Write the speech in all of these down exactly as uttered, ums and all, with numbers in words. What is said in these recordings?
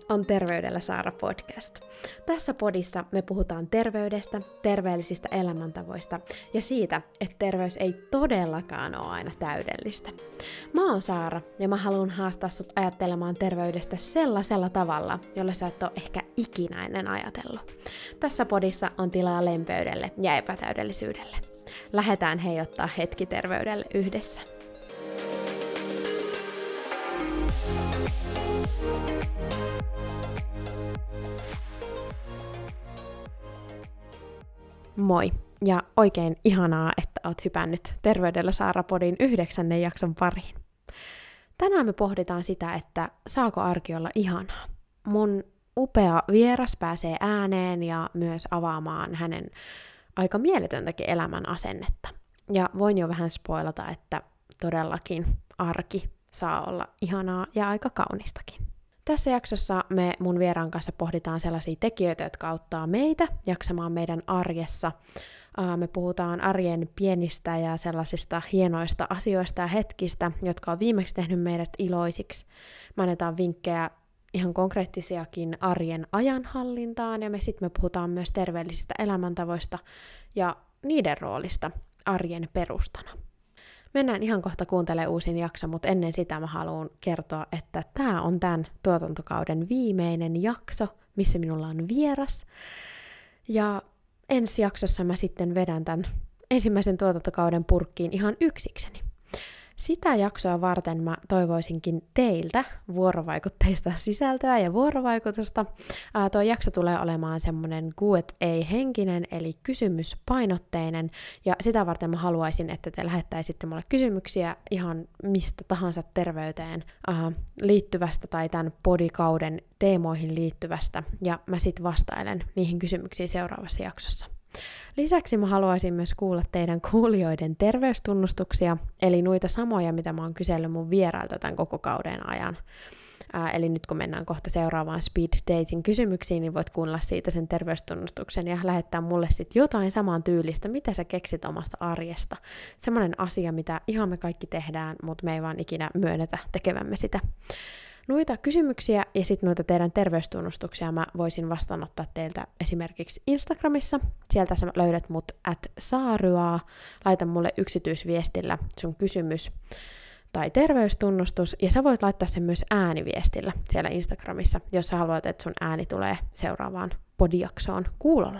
on Terveydellä Saara podcast. Tässä podissa me puhutaan terveydestä, terveellisistä elämäntavoista ja siitä, että terveys ei todellakaan ole aina täydellistä. Mä oon Saara ja mä haluan haastaa sut ajattelemaan terveydestä sellaisella tavalla, jolla sä et ole ehkä ikinä ennen ajatellut. Tässä podissa on tilaa lempeydelle ja epätäydellisyydelle. Lähdetään heiottaa hetki terveydelle yhdessä. Moi, ja oikein ihanaa, että oot hypännyt Terveydellä Saara-podin yhdeksännen jakson pariin. Tänään me pohditaan sitä, että saako arki olla ihanaa. Mun upea vieras pääsee ääneen ja myös avaamaan hänen aika mieletöntäkin elämän asennetta. Ja voin jo vähän spoilata, että todellakin arki saa olla ihanaa ja aika kaunistakin. Tässä jaksossa me mun vieraan kanssa pohditaan sellaisia tekijöitä, jotka auttaa meitä jaksamaan meidän arjessa. Me puhutaan arjen pienistä ja sellaisista hienoista asioista ja hetkistä, jotka on viimeksi tehnyt meidät iloisiksi. Me annetaan vinkkejä ihan konkreettisiakin arjen ajanhallintaan, ja me sitten me puhutaan myös terveellisistä elämäntavoista ja niiden roolista arjen perustana. Mennään ihan kohta kuuntelemaan uusin jakso, mutta ennen sitä mä haluan kertoa, että tää on tämän tuotantokauden viimeinen jakso, missä minulla on vieras. Ja ensi jaksossa mä sitten vedän tämän ensimmäisen tuotantokauden purkkiin ihan yksikseni. Sitä jaksoa varten mä toivoisinkin teiltä vuorovaikutteista sisältöä ja vuorovaikutusta. Ää, tuo jakso tulee olemaan semmoinen Q and A-henkinen, eli kysymyspainotteinen, ja sitä varten mä haluaisin, että te lähettäisitte mulle kysymyksiä ihan mistä tahansa terveyteen ää, liittyvästä tai tämän podikauden teemoihin liittyvästä, ja mä sit vastailen niihin kysymyksiin seuraavassa jaksossa. Lisäksi mä haluaisin myös kuulla teidän kuulijoiden terveystunnustuksia, eli noita samoja, mitä mä oon kysellyt mun vierailta tämän koko kauden ajan. Ää, eli nyt kun mennään kohta seuraavaan speed dating kysymyksiin, niin voit kuunnella siitä sen terveystunnustuksen ja lähettää mulle sitten jotain saman tyylistä, mitä sä keksit omasta arjesta. Semmoinen asia, mitä ihan me kaikki tehdään, mutta me ei vaan ikinä myönnetä tekevämme sitä. Noita kysymyksiä ja sitten noita teidän terveystunnustuksia mä voisin vastaanottaa teiltä esimerkiksi Instagramissa. Sieltä sä löydät mut at saaryaa. Laita mulle yksityisviestillä sun kysymys tai terveystunnustus. Ja sä voit laittaa sen myös ääniviestillä siellä Instagramissa, jos sä haluat, että sun ääni tulee seuraavaan podijaksoon kuulolle.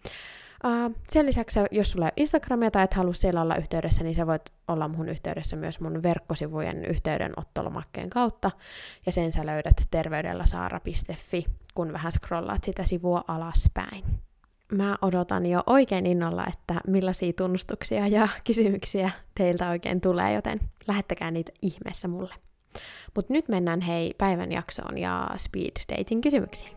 Uh, sen lisäksi, jos sulla ei ole Instagramia tai et halua siellä olla yhteydessä, niin sä voit olla mun yhteydessä myös mun verkkosivujen yhteydenottolomakkeen kautta, ja sen sä löydät terveydellasaara piste fi, kun vähän scrollaat sitä sivua alaspäin. Mä odotan jo oikein innolla, että millaisia tunnustuksia ja kysymyksiä teiltä oikein tulee, joten lähettäkää niitä ihmeessä mulle. Mut nyt mennään hei päivän jaksoon ja speed dating kysymyksiin.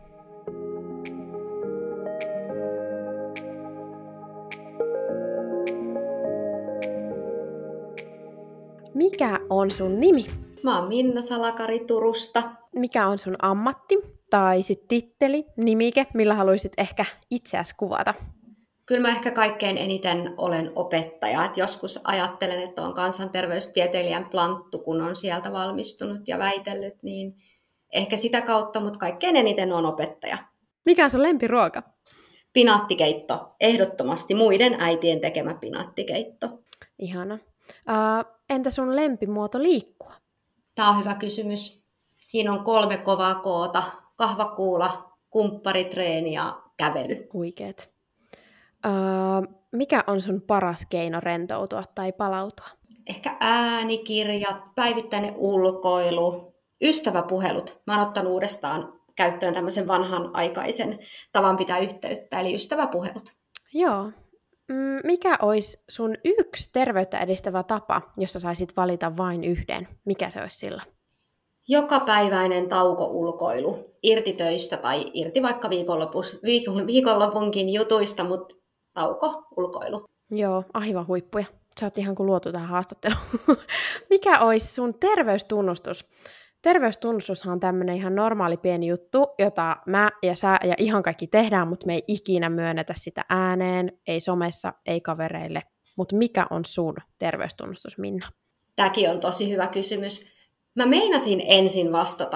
Mikä on sun nimi? Mä oon Minna Salakari Turusta. Mikä on sun ammatti tai sit titteli, nimike, millä haluaisit ehkä itseäsi kuvata? Kyllä mä ehkä kaikkein eniten olen opettaja. Et joskus ajattelen, että on kansanterveystieteilijän planttu, kun on sieltä valmistunut ja väitellyt, niin ehkä sitä kautta, mutta kaikkein eniten on opettaja. Mikä on sun lempiruoka? Pinaattikeitto. Ehdottomasti muiden äitien tekemä pinaattikeitto. Ihana. Uh, entä sun lempimuoto liikkua? Tämä on hyvä kysymys. Siinä on kolme kovaa koota. Kahvakuula, kumpparitreeni ja kävely. Huikeet. Uh, mikä on sun paras keino rentoutua tai palautua? Ehkä äänikirjat, päivittäinen ulkoilu, ystäväpuhelut. Mä oon ottanut uudestaan käyttöön tämmöisen vanhan aikaisen tavan pitää yhteyttä, eli ystäväpuhelut. Joo. Mikä olisi sun yksi terveyttä edistävä tapa, jossa saisit valita vain yhden? Mikä se olisi sillä? Jokapäiväinen tauko-ulkoilu. Irti töistä tai irti vaikka viikonlopunkin jutuista, mutta tauko-ulkoilu. Joo, aivan huippuja. Sä oot ihan kuin luotu tähän haastatteluun. Mikä olisi sun terveystunnustus? Terveystunnustushan on tämmöinen ihan normaali pieni juttu, jota mä ja sä ja ihan kaikki tehdään, mutta me ei ikinä myönnetä sitä ääneen, ei somessa, ei kavereille. Mutta mikä on sun terveystunnustus, Minna? Tämäkin on tosi hyvä kysymys. Mä meinasin ensin vastata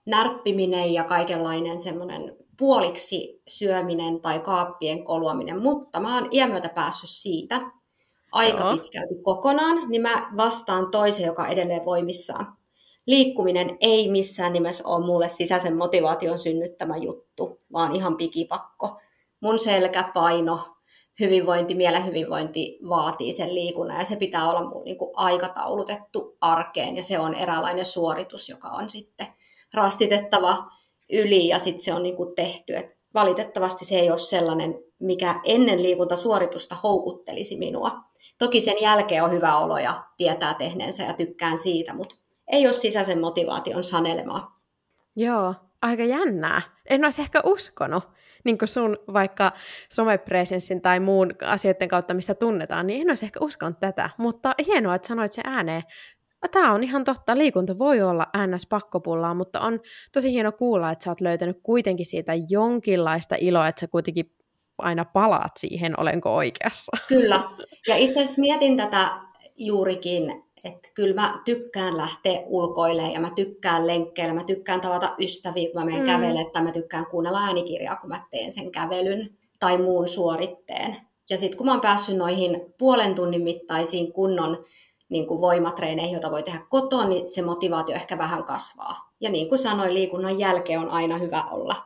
närppiminen ja kaikenlainen semmoinen puoliksi syöminen tai kaappien koluaminen, mutta mä oon iän myötä päässyt siitä aika Joo. pitkälti kokonaan, niin mä vastaan toisen, joka on edelleen voimissaan. Liikkuminen ei missään nimessä ole mulle sisäisen motivaation synnyttämä juttu, vaan ihan pikipakko. Mun selkäpaino, hyvinvointi, mielen hyvinvointi vaatii sen liikunnan ja se pitää olla mun niin kuin aikataulutettu arkeen ja se on eräänlainen suoritus, joka on sitten rastitettava yli ja sitten se on niin kuin tehty. Et valitettavasti se ei ole sellainen, mikä ennen liikuntasuoritusta houkuttelisi minua. Toki sen jälkeen on hyvä olo ja tietää tehneensä ja tykkään siitä, mutta ei ole sisäisen motivaation sanelemaa. Joo, aika jännää. En olisi ehkä uskonut, niin kuin sun vaikka somepresenssin tai muun asioiden kautta, missä tunnetaan, niin en olisi ehkä uskonut tätä. Mutta hienoa, että sanoit sen ääneen. Tämä on ihan totta, liikunta voi olla ns. Pakkopullaa, mutta on tosi hieno kuulla, että sä oot löytänyt kuitenkin siitä jonkinlaista iloa, että sä kuitenkin aina palaat siihen, olenko oikeassa. Kyllä, ja itse asiassa mietin tätä juurikin, että kyllä mä tykkään lähteä ulkoilemaan ja mä tykkään lenkkeillä, mä tykkään tavata ystäviä, kun mä menen mm. kävelemään, tai mä tykkään kuunnella äänikirjaa, kun mä teen sen kävelyn tai muun suoritteen. Ja sitten kun mä oon päässyt noihin puolen tunnin mittaisiin kunnon niin kuin voimatreeneihin, joita voi tehdä kotona, niin se motivaatio ehkä vähän kasvaa. Ja niin kuin sanoin, liikunnan jälkeen on aina hyvä olla.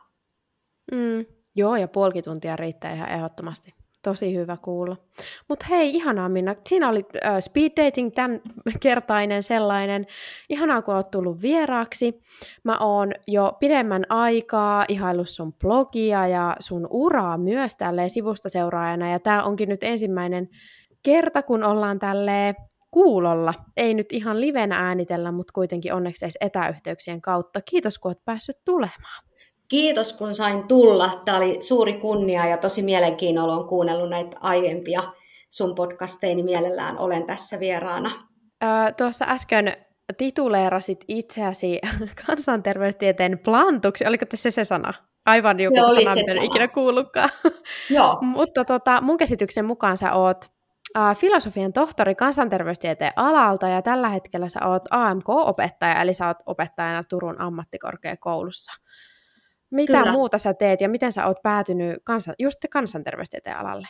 Mm. Joo, ja puolikin tuntia riittää ihan ehdottomasti. Tosi hyvä kuulla. Mutta hei, ihanaa Minna. Siinä oli äh, speed dating, tämän kertainen sellainen. Ihanaa, kun olet tullut vieraaksi. Mä oon jo pidemmän aikaa ihaillut sun blogia ja sun uraa myös tälleen sivustaseuraajana. Ja tää onkin nyt ensimmäinen kerta, kun ollaan tälleen kuulolla. Ei nyt ihan livenä äänitellä, mutta kuitenkin onneksi edes etäyhteyksien kautta. Kiitos, kun olet päässyt tulemaan. Kiitos, kun sain tulla. Tämä oli suuri kunnia ja tosi mielenkiinnolla olen kuunnellut näitä aiempia sun podcasteja, niin mielellään olen tässä vieraana. Öö, tuossa äsken tituleerasit itseäsi kansanterveystieteen plantuksi. Oliko tässä se sana? Aivan joku Joo, sana, mitä en ikinä kuullutkaan. Joo. Mutta tota, mun käsityksen mukaan sä oot äh, filosofian tohtori kansanterveystieteen alalta ja tällä hetkellä sä oot A M K-opettaja, eli sä oot opettajana Turun ammattikorkeakoulussa. Mitä Kyllä. muuta sä teet ja miten sä oot päätynyt kansan, just kansanterveystieteen alalle?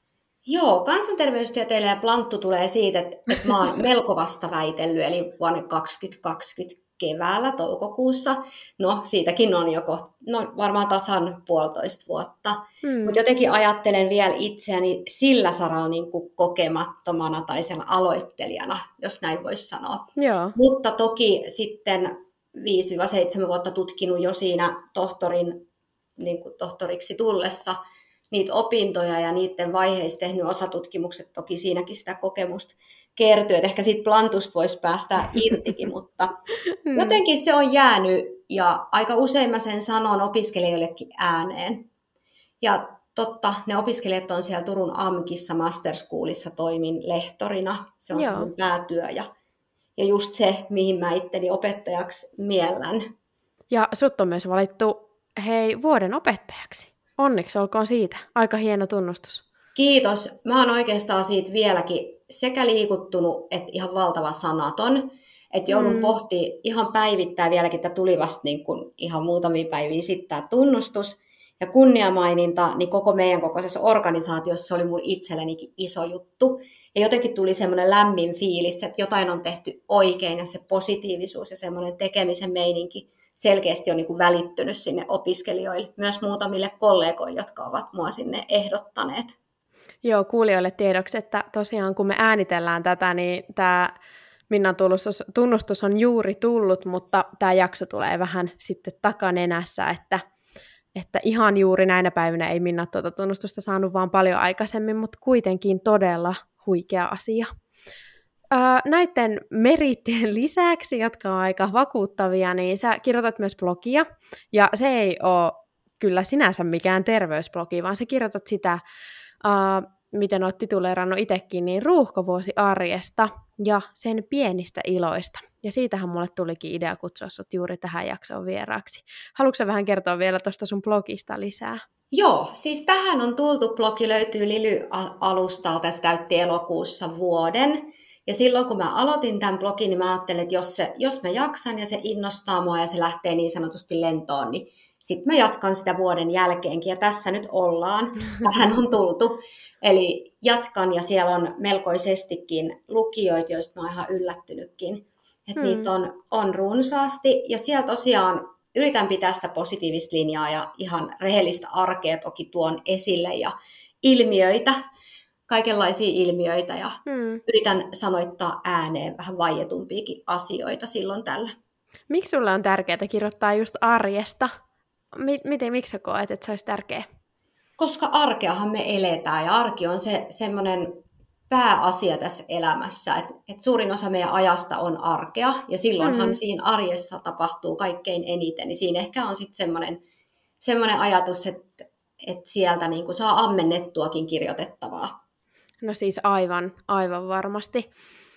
Joo, kansanterveystieteelle ja planttu tulee siitä, että, että mä oon melko vasta väitellyt, eli vuonna kaksituhattakaksikymmentä keväällä, toukokuussa. No, siitäkin on joko no, varmaan tasan puolitoista vuotta. Hmm. Mutta jotenkin ajattelen vielä itseäni sillä saralla niin kuin kokemattomana tai sen aloittelijana, jos näin voisi sanoa. Joo. Mutta toki sitten viisi seitsemän vuotta tutkinut jo siinä tohtorin, niin kuin tohtoriksi tullessa niitä opintoja ja niiden vaiheissa tehnyt osatutkimukset, toki siinäkin sitä kokemusta kertyy, että ehkä siitä plantusta voisi päästä irtikin, mutta jotenkin se on jäänyt ja aika usein mä sen sanon opiskelijoillekin ääneen. Ja totta, ne opiskelijat on siellä Turun A M Kissa Master Schoolissa, toimin lehtorina, se on se mun päätyö ja Ja just se, mihin mä itteni opettajaksi miellän. Ja sut on myös valittu, hei, vuoden opettajaksi. Onneksi olkoon siitä. Aika hieno tunnustus. Kiitos. Mä oon oikeastaan siitä vieläkin sekä liikuttunut, että ihan valtava sanaton. Että joudun mm. pohtimaan ihan päivittäin vieläkin, että tuli vasta niin kun ihan muutamia päiviä sitten tämä tunnustus. Ja kunniamaininta, niin koko meidän kokoisessa organisaatiossa oli mun itsellenikin iso juttu. Ja jotenkin tuli semmoinen lämmin fiilis, että jotain on tehty oikein ja se positiivisuus ja semmoinen tekemisen meininki selkeästi on niin kuin välittynyt sinne opiskelijoille, myös muutamille kollegoille, jotka ovat mua sinne ehdottaneet. Joo, kuulijoille tiedoksi, että tosiaan kun me äänitellään tätä, niin tämä Minnan tunnustus on juuri tullut, mutta tämä jakso tulee vähän sitten takanenässä, että Että ihan juuri näinä päivinä ei Minna tuota tunnustusta saanut vaan paljon aikaisemmin, mutta kuitenkin todella huikea asia. Öö, näiden merittien lisäksi, jotka on aika vakuuttavia, niin sä kirjoitat myös blogia. Ja se ei ole kyllä sinänsä mikään terveysblogi, vaan sä kirjoitat sitä, öö, miten oot tituleerannut itsekin, niin ruuhkavuosi arjesta ja sen pienistä iloista. Ja siitähän mulle tulikin idea kutsua sut juuri tähän jaksoon vieraaksi. Haluatko sä vähän kertoa vielä tuosta sun blogista lisää? Joo, siis tähän on tultu. Blogi löytyy Lily-alustalta, se täytti elokuussa vuoden. Ja silloin kun mä aloitin tämän blogin, niin mä ajattelin, että jos, se, jos mä jaksan ja se innostaa mua ja se lähtee niin sanotusti lentoon, niin sitten mä jatkan sitä vuoden jälkeenkin. Ja tässä nyt ollaan, tähän on tultu. Eli jatkan ja siellä on melkoisestikin lukijoita, joista mä oon ihan yllättynytkin. Että hmm. niitä on, on runsaasti ja siellä tosiaan yritän pitää sitä positiivista linjaa ja ihan rehellistä arkea toki tuon esille ja ilmiöitä, kaikenlaisia ilmiöitä ja hmm. yritän sanoittaa ääneen vähän vaietumpiakin asioita silloin tällä. Miksi sulle on tärkeää kirjoittaa just arjesta? Miten, miksi sä koet, että se olisi tärkeää? Koska arkeahan me eletään ja arki on se semmoinen pääasia tässä elämässä, että et suurin osa meidän ajasta on arkea ja silloinhan mm. siinä arjessa tapahtuu kaikkein eniten, niin siinä ehkä on sitten semmoinen, semmoinen ajatus, että et sieltä niinku saa ammennettuakin kirjoitettavaa. No siis aivan, aivan varmasti.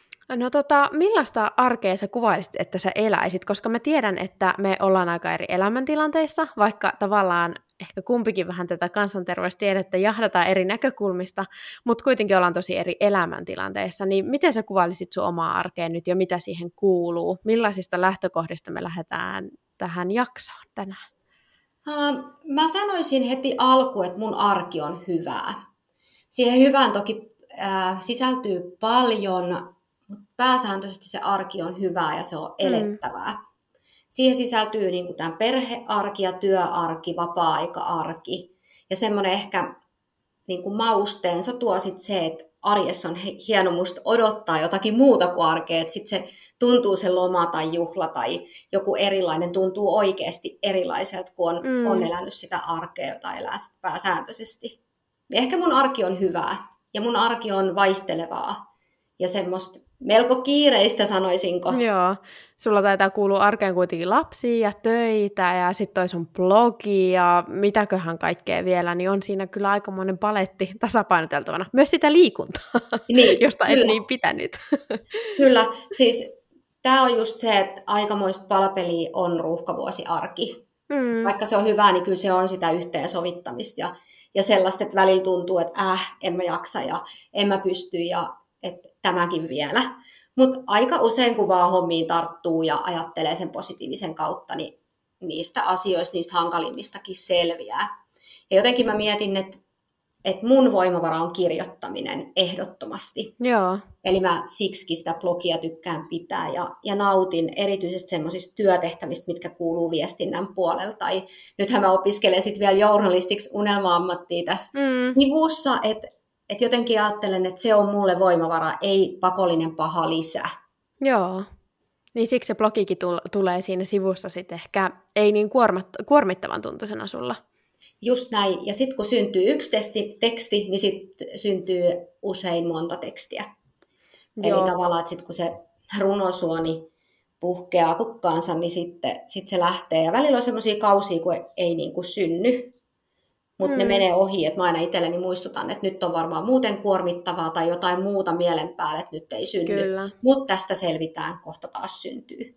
No tota, millaista arkea sä kuvailisit, että sä eläisit? Koska mä tiedän, että me ollaan aika eri elämäntilanteissa, vaikka tavallaan ehkä kumpikin vähän tätä kansanterveystiedettä jahdataan eri näkökulmista, mutta kuitenkin ollaan tosi eri elämäntilanteissa. Niin miten sä kuvailisit sun omaa arkea nyt ja mitä siihen kuuluu? Millaisista lähtökohdista me lähdetään tähän jaksoon tänään? Uh, mä sanoisin heti alkuun, että mun arki on hyvää. Siihen hyvään toki äh, sisältyy paljon, mutta pääsääntöisesti se arki on hyvää ja se on elettävää. Mm. Siihen sisältyy niin kuin tämä perhearki ja työarki, vapaa-aika-arki. Ja semmoinen ehkä niin kuin mausteensa tuo sit se, että arjessa on hieno musta odottaa jotakin muuta kuin arkea. Että sitten se tuntuu se loma tai juhla tai joku erilainen, tuntuu oikeasti erilaiselta, kun on, mm. on elänyt sitä arkea, jota elää sit pääsääntöisesti. Ehkä mun arki on hyvää ja mun arki on vaihtelevaa ja semmoista melko kiireistä, sanoisinko. Joo, sulla taitaa kuulua arkeen kuitenkin lapsia ja töitä ja sitten toi sun blogi ja mitäköhän kaikkea vielä, niin on siinä kyllä aikamoinen paletti tasapainoteltavana. Myös sitä liikuntaa, niin, josta kyllä. Et niin pitänyt. Kyllä, siis tämä on just se, että aikamoista palapeliä on ruuhkavuosiarki. Mm. Vaikka se on hyvää, niin kyllä se on sitä yhteensovittamista ja, ja sellaista, että välillä tuntuu, että äh, en mä jaksa ja en mä pysty ja että tämäkin vielä. Mutta aika usein, kun vaan hommiin tarttuu ja ajattelee sen positiivisen kautta, niin niistä asioista, niistä hankalimmistakin selviää. Ja jotenkin mä mietin, että, että mun voimavara on kirjoittaminen ehdottomasti. Joo. Eli mä siksikin sitä blogia tykkään pitää ja, ja nautin erityisesti semmoisista työtehtävistä, mitkä kuuluu viestinnän puolelta. Tai nythän mä opiskelen sitten vielä journalistiksi unelma-ammattia tässä mm. sivussa, että Että jotenkin ajattelen, että se on mulle voimavara, ei pakollinen paha lisä. Joo. Niin siksi se blogikin tulee siinä sivussa sitten ehkä ei niin kuormat- kuormittavan tuntuisena sulla. Just näin. Ja sitten kun syntyy yksi testi, teksti, niin sitten syntyy usein monta tekstiä. Joo. Eli tavallaan, että sitten kun se runosuoni puhkeaa kukkaansa, niin sitten sit se lähtee. Ja välillä on semmoisia kausia, kun ei niin kuin synny. Mutta hmm. ne menee ohi, että mä aina itselleni muistutan, että nyt on varmaan muuten kuormittavaa tai jotain muuta mielen päälle, että nyt ei synny. Mutta tästä selvitään, kohta taas syntyy.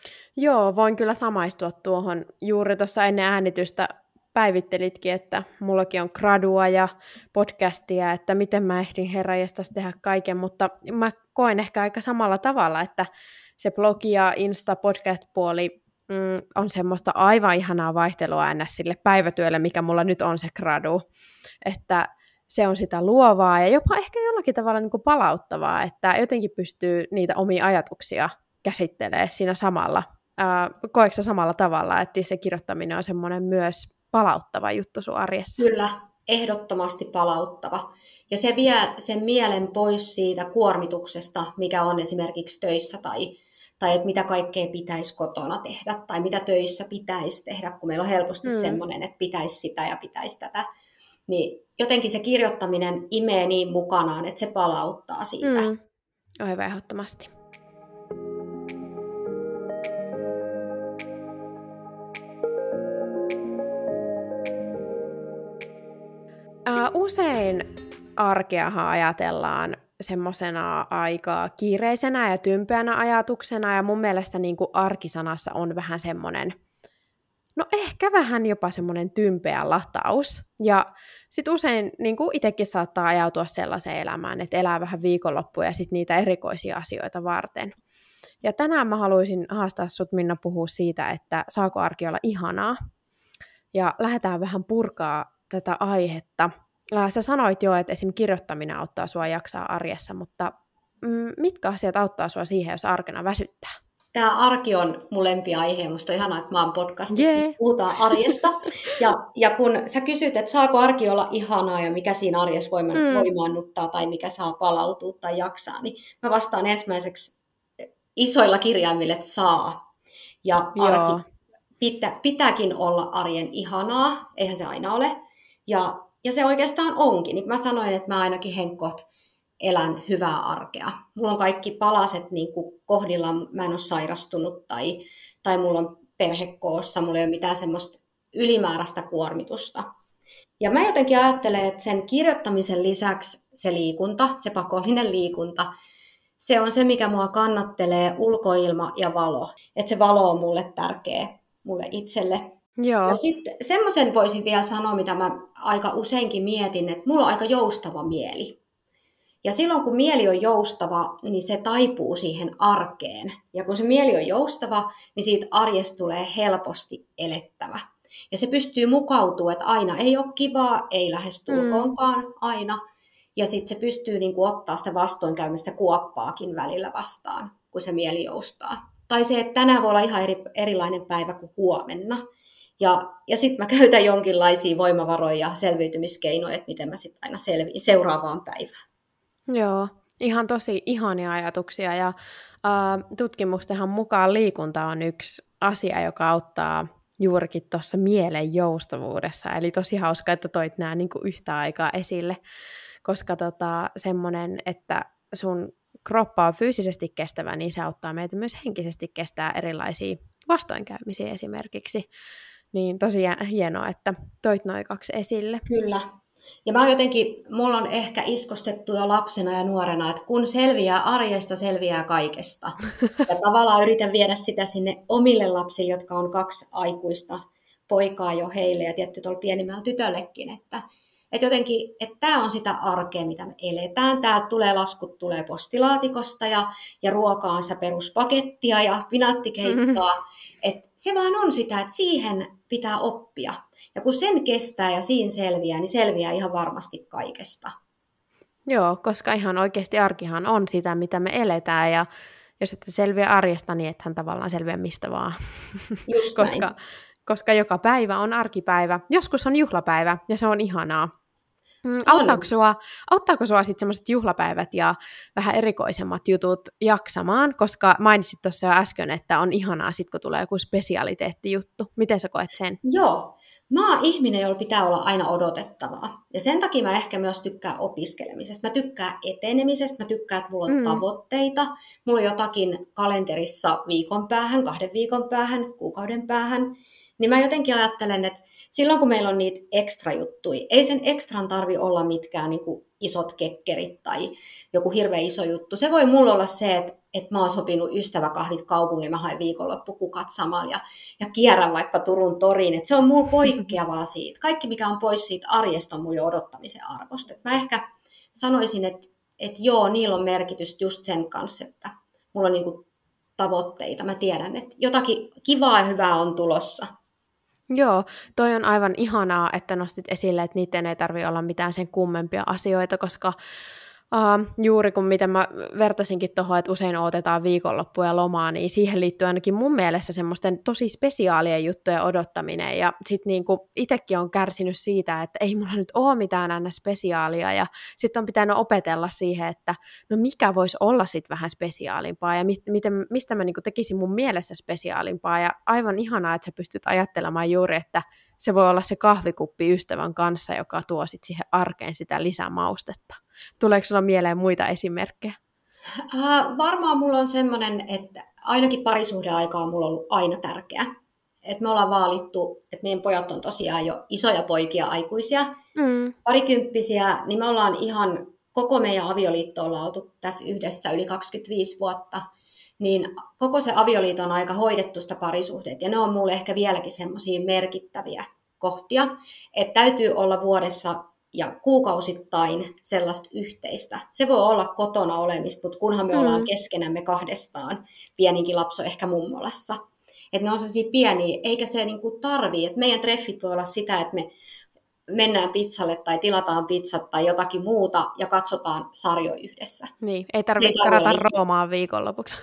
Joo, voin kyllä samaistua tuohon. Juuri tuossa ennen äänitystä päivittelitkin, että mullakin on gradua ja podcastia, että miten mä ehdin herranjestas tehdä kaiken, mutta mä koen ehkä aika samalla tavalla, että se blogi ja Insta-podcast-puoli Mm, on semmoista aivan ihanaa vaihtelua aina sille päivätyölle, mikä mulla nyt on se gradu, että se on sitä luovaa ja jopa ehkä jollakin tavalla niin kuin palauttavaa, että jotenkin pystyy niitä omia ajatuksia käsittelemään siinä samalla. Ää, koetko sä samalla tavalla, että se kirjoittaminen on semmoinen myös palauttava juttu sun arjessa? Kyllä, ehdottomasti palauttava. Ja se vie sen mielen pois siitä kuormituksesta, mikä on esimerkiksi töissä tai tai että mitä kaikkea pitäisi kotona tehdä, tai mitä töissä pitäisi tehdä, kun meillä on helposti mm. semmoinen, että pitäisi sitä ja pitäisi tätä. Niin jotenkin se kirjoittaminen imee niin mukanaan, että se palauttaa siitä. Mm. Aivan ehdottomasti. Uh, usein arkeahan ajatellaan semmoisena aika kiireisenä ja tympeänä ajatuksena, ja mun mielestä niin kuin arkisanassa on vähän semmoinen, no ehkä vähän jopa semmoinen tympeä lataus, ja sitten usein niin kuin itsekin saattaa ajautua sellaiseen elämään, että elää vähän viikonloppuja ja sitten niitä erikoisia asioita varten. Ja tänään mä haluaisin haastaa sut, Minna, puhua siitä, että saako arki olla ihanaa. Ja lähdetään vähän purkaa tätä aihetta. Sä sanoit jo, että esim. Kirjoittaminen auttaa sua jaksaa arjessa, mutta mm, mitkä asiat auttaa sua siihen, jos arkena väsyttää? Tämä arki on mun lempiaihe. Musta on ihanaa, että mä oon podcastissa, Yeah. missä puhutaan arjesta. Ja, ja kun sä kysyt, että saako arki olla ihanaa ja mikä siinä arjessa voima, mm. voimaannuttaa tai mikä saa palautua tai jaksaa, niin mä vastaan ensimmäiseksi isoilla kirjaimilla, että saa. Ja arki pitä, pitääkin olla arjen ihanaa, eihän se aina ole. Ja, ja se oikeastaan onkin. Niin mä sanoin, että mä ainakin henkkoht elän hyvää arkea. Mulla on kaikki palaset niin kuin kohdillaan, mä en ole sairastunut tai, tai mulla on perhe koossa, mulla ei ole mitään semmoista ylimääräistä kuormitusta. Ja mä jotenkin ajattelen, että sen kirjoittamisen lisäksi se liikunta, se pakollinen liikunta, se on se, mikä mua kannattelee, ulkoilma ja valo. Että se valo on mulle tärkeä, mulle itselle. Joo. Ja sitten semmoisen voisin vielä sanoa, mitä mä aika useinkin mietin, että mulla on aika joustava mieli. Ja silloin, kun mieli on joustava, niin se taipuu siihen arkeen. Ja kun se mieli on joustava, niin siitä arjesta tulee helposti elettävä. Ja se pystyy mukautumaan, että aina ei ole kivaa, ei lähestulkoonkaan mm. aina. Ja sitten se pystyy niin kuin ottaa sitä vastoinkäymistä kuoppaakin välillä vastaan, kun se mieli joustaa. Tai se, että tänään voi olla ihan eri, erilainen päivä kuin huomenna. Ja, ja sitten mä käytän jonkinlaisia voimavaroja ja selviytymiskeinoja, että miten mä sitten aina selviin seuraavaan päivään. Joo, ihan tosi ihania ajatuksia. Ja äh, tutkimustenhan mukaan liikunta on yksi asia, joka auttaa juurikin tuossa mielen joustavuudessa. Eli tosi hauska, että toit nämä niin kuin yhtä aikaa esille, koska tota, semmoinen, että sun kroppa on fyysisesti kestävä, niin se auttaa meitä myös henkisesti kestää erilaisia vastoinkäymisiä esimerkiksi. Niin tosi hienoa, että toit noin kaksi esille. Kyllä. Ja mä jotenkin, mulla on ehkä iskostettu jo lapsena ja nuorena, että kun selviää arjesta, selviää kaikesta. Ja tavallaan yritän viedä sitä sinne omille lapsille, jotka on kaksi aikuista poikaa jo heille ja tietty tuolla pienimmällä tytöllekin, että Että jotenkin, että tämä on sitä arkea, mitä me eletään. Täältä tulee laskut, tulee postilaatikosta ja, ja ruoka on sitä peruspakettia ja pinaattikeittoa. Mm-hmm. Että se vaan on sitä, että siihen pitää oppia. Ja kun sen kestää ja siinä selviää, niin selviää ihan varmasti kaikesta. Joo, koska ihan oikeasti arkihan on sitä, mitä me eletään. Ja jos ette selviä arjesta, niin ethän tavallaan selviä mistä vaan. Just koska, koska joka päivä on arkipäivä. Joskus on juhlapäivä ja se on ihanaa. Auttaako sua, auttaako sua sitten semmoiset juhlapäivät ja vähän erikoisemmat jutut jaksamaan, koska mainitsit tuossa jo äsken, että on ihanaa sitten, kun tulee joku spesialiteettijuttu. Miten sä koet sen? Joo, mä oon ihminen, jolla pitää olla aina odotettavaa. Ja sen takia mä ehkä myös tykkään opiskelemisesta. Mä tykkään etenemisestä, mä tykkään, että mulla on mm. tavoitteita. Mulla on jotakin kalenterissa viikon päähän, kahden viikon päähän, kuukauden päähän. Niin mä jotenkin ajattelen, että silloin kun meillä on niitä ekstra juttuja, ei sen ekstran tarvi olla mitkään niin kuin isot kekkerit tai joku hirveän iso juttu. Se voi mulla olla se, että, että mä oon sopinut ystäväkahvit kaupungilla, mä haen viikonloppukukat samalla ja, ja kierrän vaikka Turun toriin. Että se on mulla poikkeavaa siitä. Kaikki, mikä on pois siitä arjesta, on mulla jo odottamisen arvosta. Että mä ehkä sanoisin, että, että joo, niillä on merkitystä just sen kanssa, että mulla on niin kuin tavoitteita. Mä tiedän, että jotakin kivaa ja hyvää on tulossa. Joo, toi on aivan ihanaa, että nostit esille, että niiden ei tarvitse olla mitään sen kummempia asioita, koska uh, juuri kun miten mä vertasinkin tuohon, että usein odotetaan viikonloppua ja lomaa, niin siihen liittyy ainakin mun mielestä semmoisten tosi spesiaalien juttujen odottaminen, ja sitten niinku itsekin on kärsinyt siitä, että ei mulla nyt ole mitään aina spesiaalia, ja sitten on pitänyt opetella siihen, että no mikä voisi olla sitten vähän spesiaalimpaa, ja mist, miten, mistä mä niinku tekisin mun mielessä spesiaalimpaa, ja aivan ihanaa, että sä pystyt ajattelemaan juuri, että se voi olla se kahvikuppi ystävän kanssa, joka tuo sit siihen arkeen sitä lisämaustetta. Tuleeko sinulla mieleen muita esimerkkejä? Uh, varmaan mulla on semmoinen, että ainakin parisuhdeaika on mulla ollut aina tärkeä. Et me ollaan vaalittu, että meidän pojat on tosiaan jo isoja poikia, aikuisia, mm. parikymppisiä, niin me ollaan ihan koko meidän avioliitto ollaan oltu tässä yhdessä yli kaksikymmentäviisi vuotta. Niin koko se avioliitto on aika hoidettu sitä parisuhteet, ja ne on mulle ehkä vieläkin semmoisia merkittäviä kohtia, että täytyy olla vuodessa ja kuukausittain sellaista yhteistä. Se voi olla kotona olemista, mutta kunhan me mm. ollaan keskenämme kahdestaan, pieninkin lapsi on ehkä mummolassa. Että ne on sellaisia pieniä, eikä se niinku tarvii. Et meidän treffit voi olla sitä, että me mennään pizzalle tai tilataan pizzat tai jotakin muuta ja katsotaan sarjoja yhdessä. Niin, ei tarvitse karata Roomaan viikonlopuksi.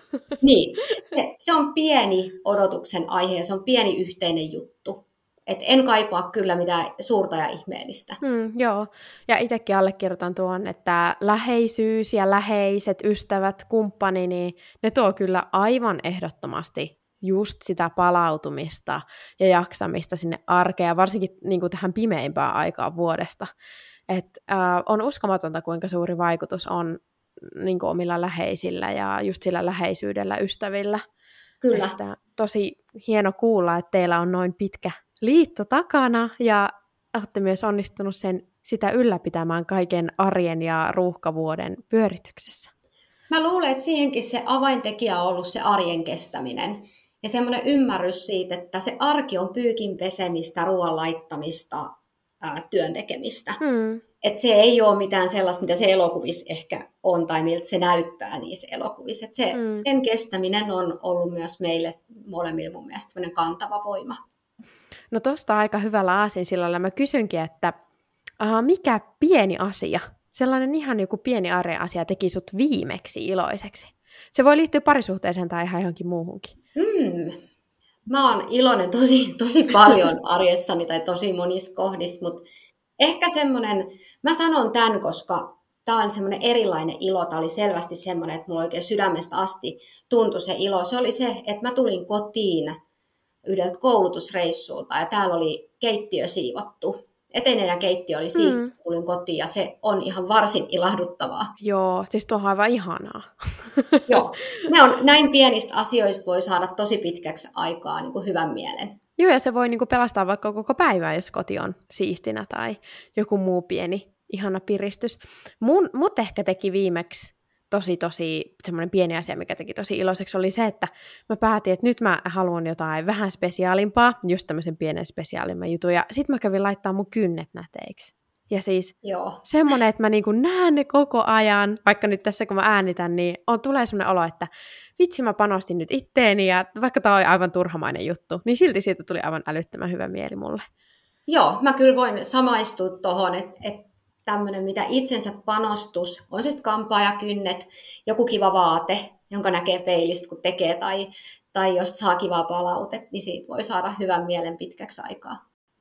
Niin, se, se on pieni odotuksen aihe ja se on pieni yhteinen juttu. Et en kaipaa kyllä mitään suurta ja ihmeellistä. Mm, joo, ja itsekin allekirjoitan tuon, että läheisyys ja läheiset ystävät, kumppani, niin ne tuo kyllä aivan ehdottomasti just sitä palautumista ja jaksamista sinne arkeen, varsinkin niin kuin tähän pimeimpään aikaan vuodesta. Et, äh, on uskomatonta, kuinka suuri vaikutus on niin kuin omilla läheisillä ja just sillä läheisyydellä ystävillä. Kyllä. Että tosi hieno kuulla, että teillä on noin pitkä liitto takana ja olette myös onnistunut sen, sitä ylläpitämään kaiken arjen ja ruuhkavuoden pyörityksessä. Mä luulen, että siihenkin se avaintekijä on ollut se arjen kestäminen. Ja semmoinen ymmärrys siitä, että se arki on pyykin pesemistä, ruoan laittamista, ää, työn tekemistä. Hmm. Että se ei ole mitään sellaista, mitä se elokuvissa ehkä on tai miltä se näyttää niissä elokuvissa. Että se, hmm. sen kestäminen on ollut myös meille molemmille mun mielestä semmoinen kantava voima. No tosta aika hyvällä aasinsillalla mä kysynkin, että aha, mikä pieni asia, sellainen ihan joku pieni arjen asia teki sut viimeksi iloiseksi? Se voi liittyä parisuhteeseen tai ihan johonkin muuhunkin. Mm. Mä oon iloinen tosi, tosi paljon arjessani tai tosi monissa kohdissa, mutta ehkä semmoinen, mä sanon tämän, koska tää on semmoinen erilainen ilo, tää oli selvästi semmoinen, että mulla oikein sydämestä asti tuntui se ilo. Se oli se, että mä tulin kotiin yhdeltä koulutusreissulta ja täällä oli keittiö siivottu. Eteinen keittiö oli siisti, mm. tulin kotiin ja se on ihan varsin ilahduttavaa. Joo, siis tuo on aivan ihanaa. Joo, ne on, näin pienistä asioista voi saada tosi pitkäksi aikaa niin kuin hyvän mielen. Joo, ja se voi niin kuin pelastaa vaikka koko päivää, jos koti on siistinä tai joku muu pieni ihana piristys. Mun, mut ehkä teki viimeksi tosi tosi semmoinen pieni asia, mikä teki tosi iloiseksi, oli se, että mä päätin, että nyt mä haluan jotain vähän spesiaalimpaa, just tämmöisen pienen spesiaalimman jutun, ja sit mä kävin laittaa mun kynnet näteiksi. Ja siis Joo. semmoinen, että mä niinku näen ne koko ajan, vaikka nyt tässä kun mä äänitän, niin on, tulee semmoinen olo, että vitsi mä panostin nyt itteeni, ja vaikka tää on aivan turhamainen juttu, niin silti siitä tuli aivan älyttömän hyvä mieli mulle. Joo, mä kyllä voin samaistua tohon, että et tämmöinen, mitä itsensä panostus, on se sitten kampaajakynnet, joku kiva vaate, jonka näkee peilistä, kun tekee, tai, tai jos saa kivaa palautetta, niin siitä voi saada hyvän mielen pitkäksi aikaa.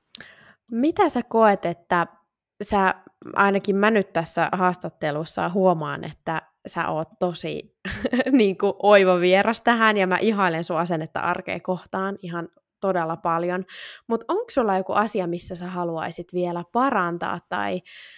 Mitä sä koet, että sä, ainakin mä nyt tässä haastattelussa huomaan, että sä oot tosi niin kuin oivovieras tähän, ja mä ihailen sun asennetta arkeen kohtaan ihan todella paljon, mutta onko sulla joku asia, missä sä haluaisit vielä parantaa, tai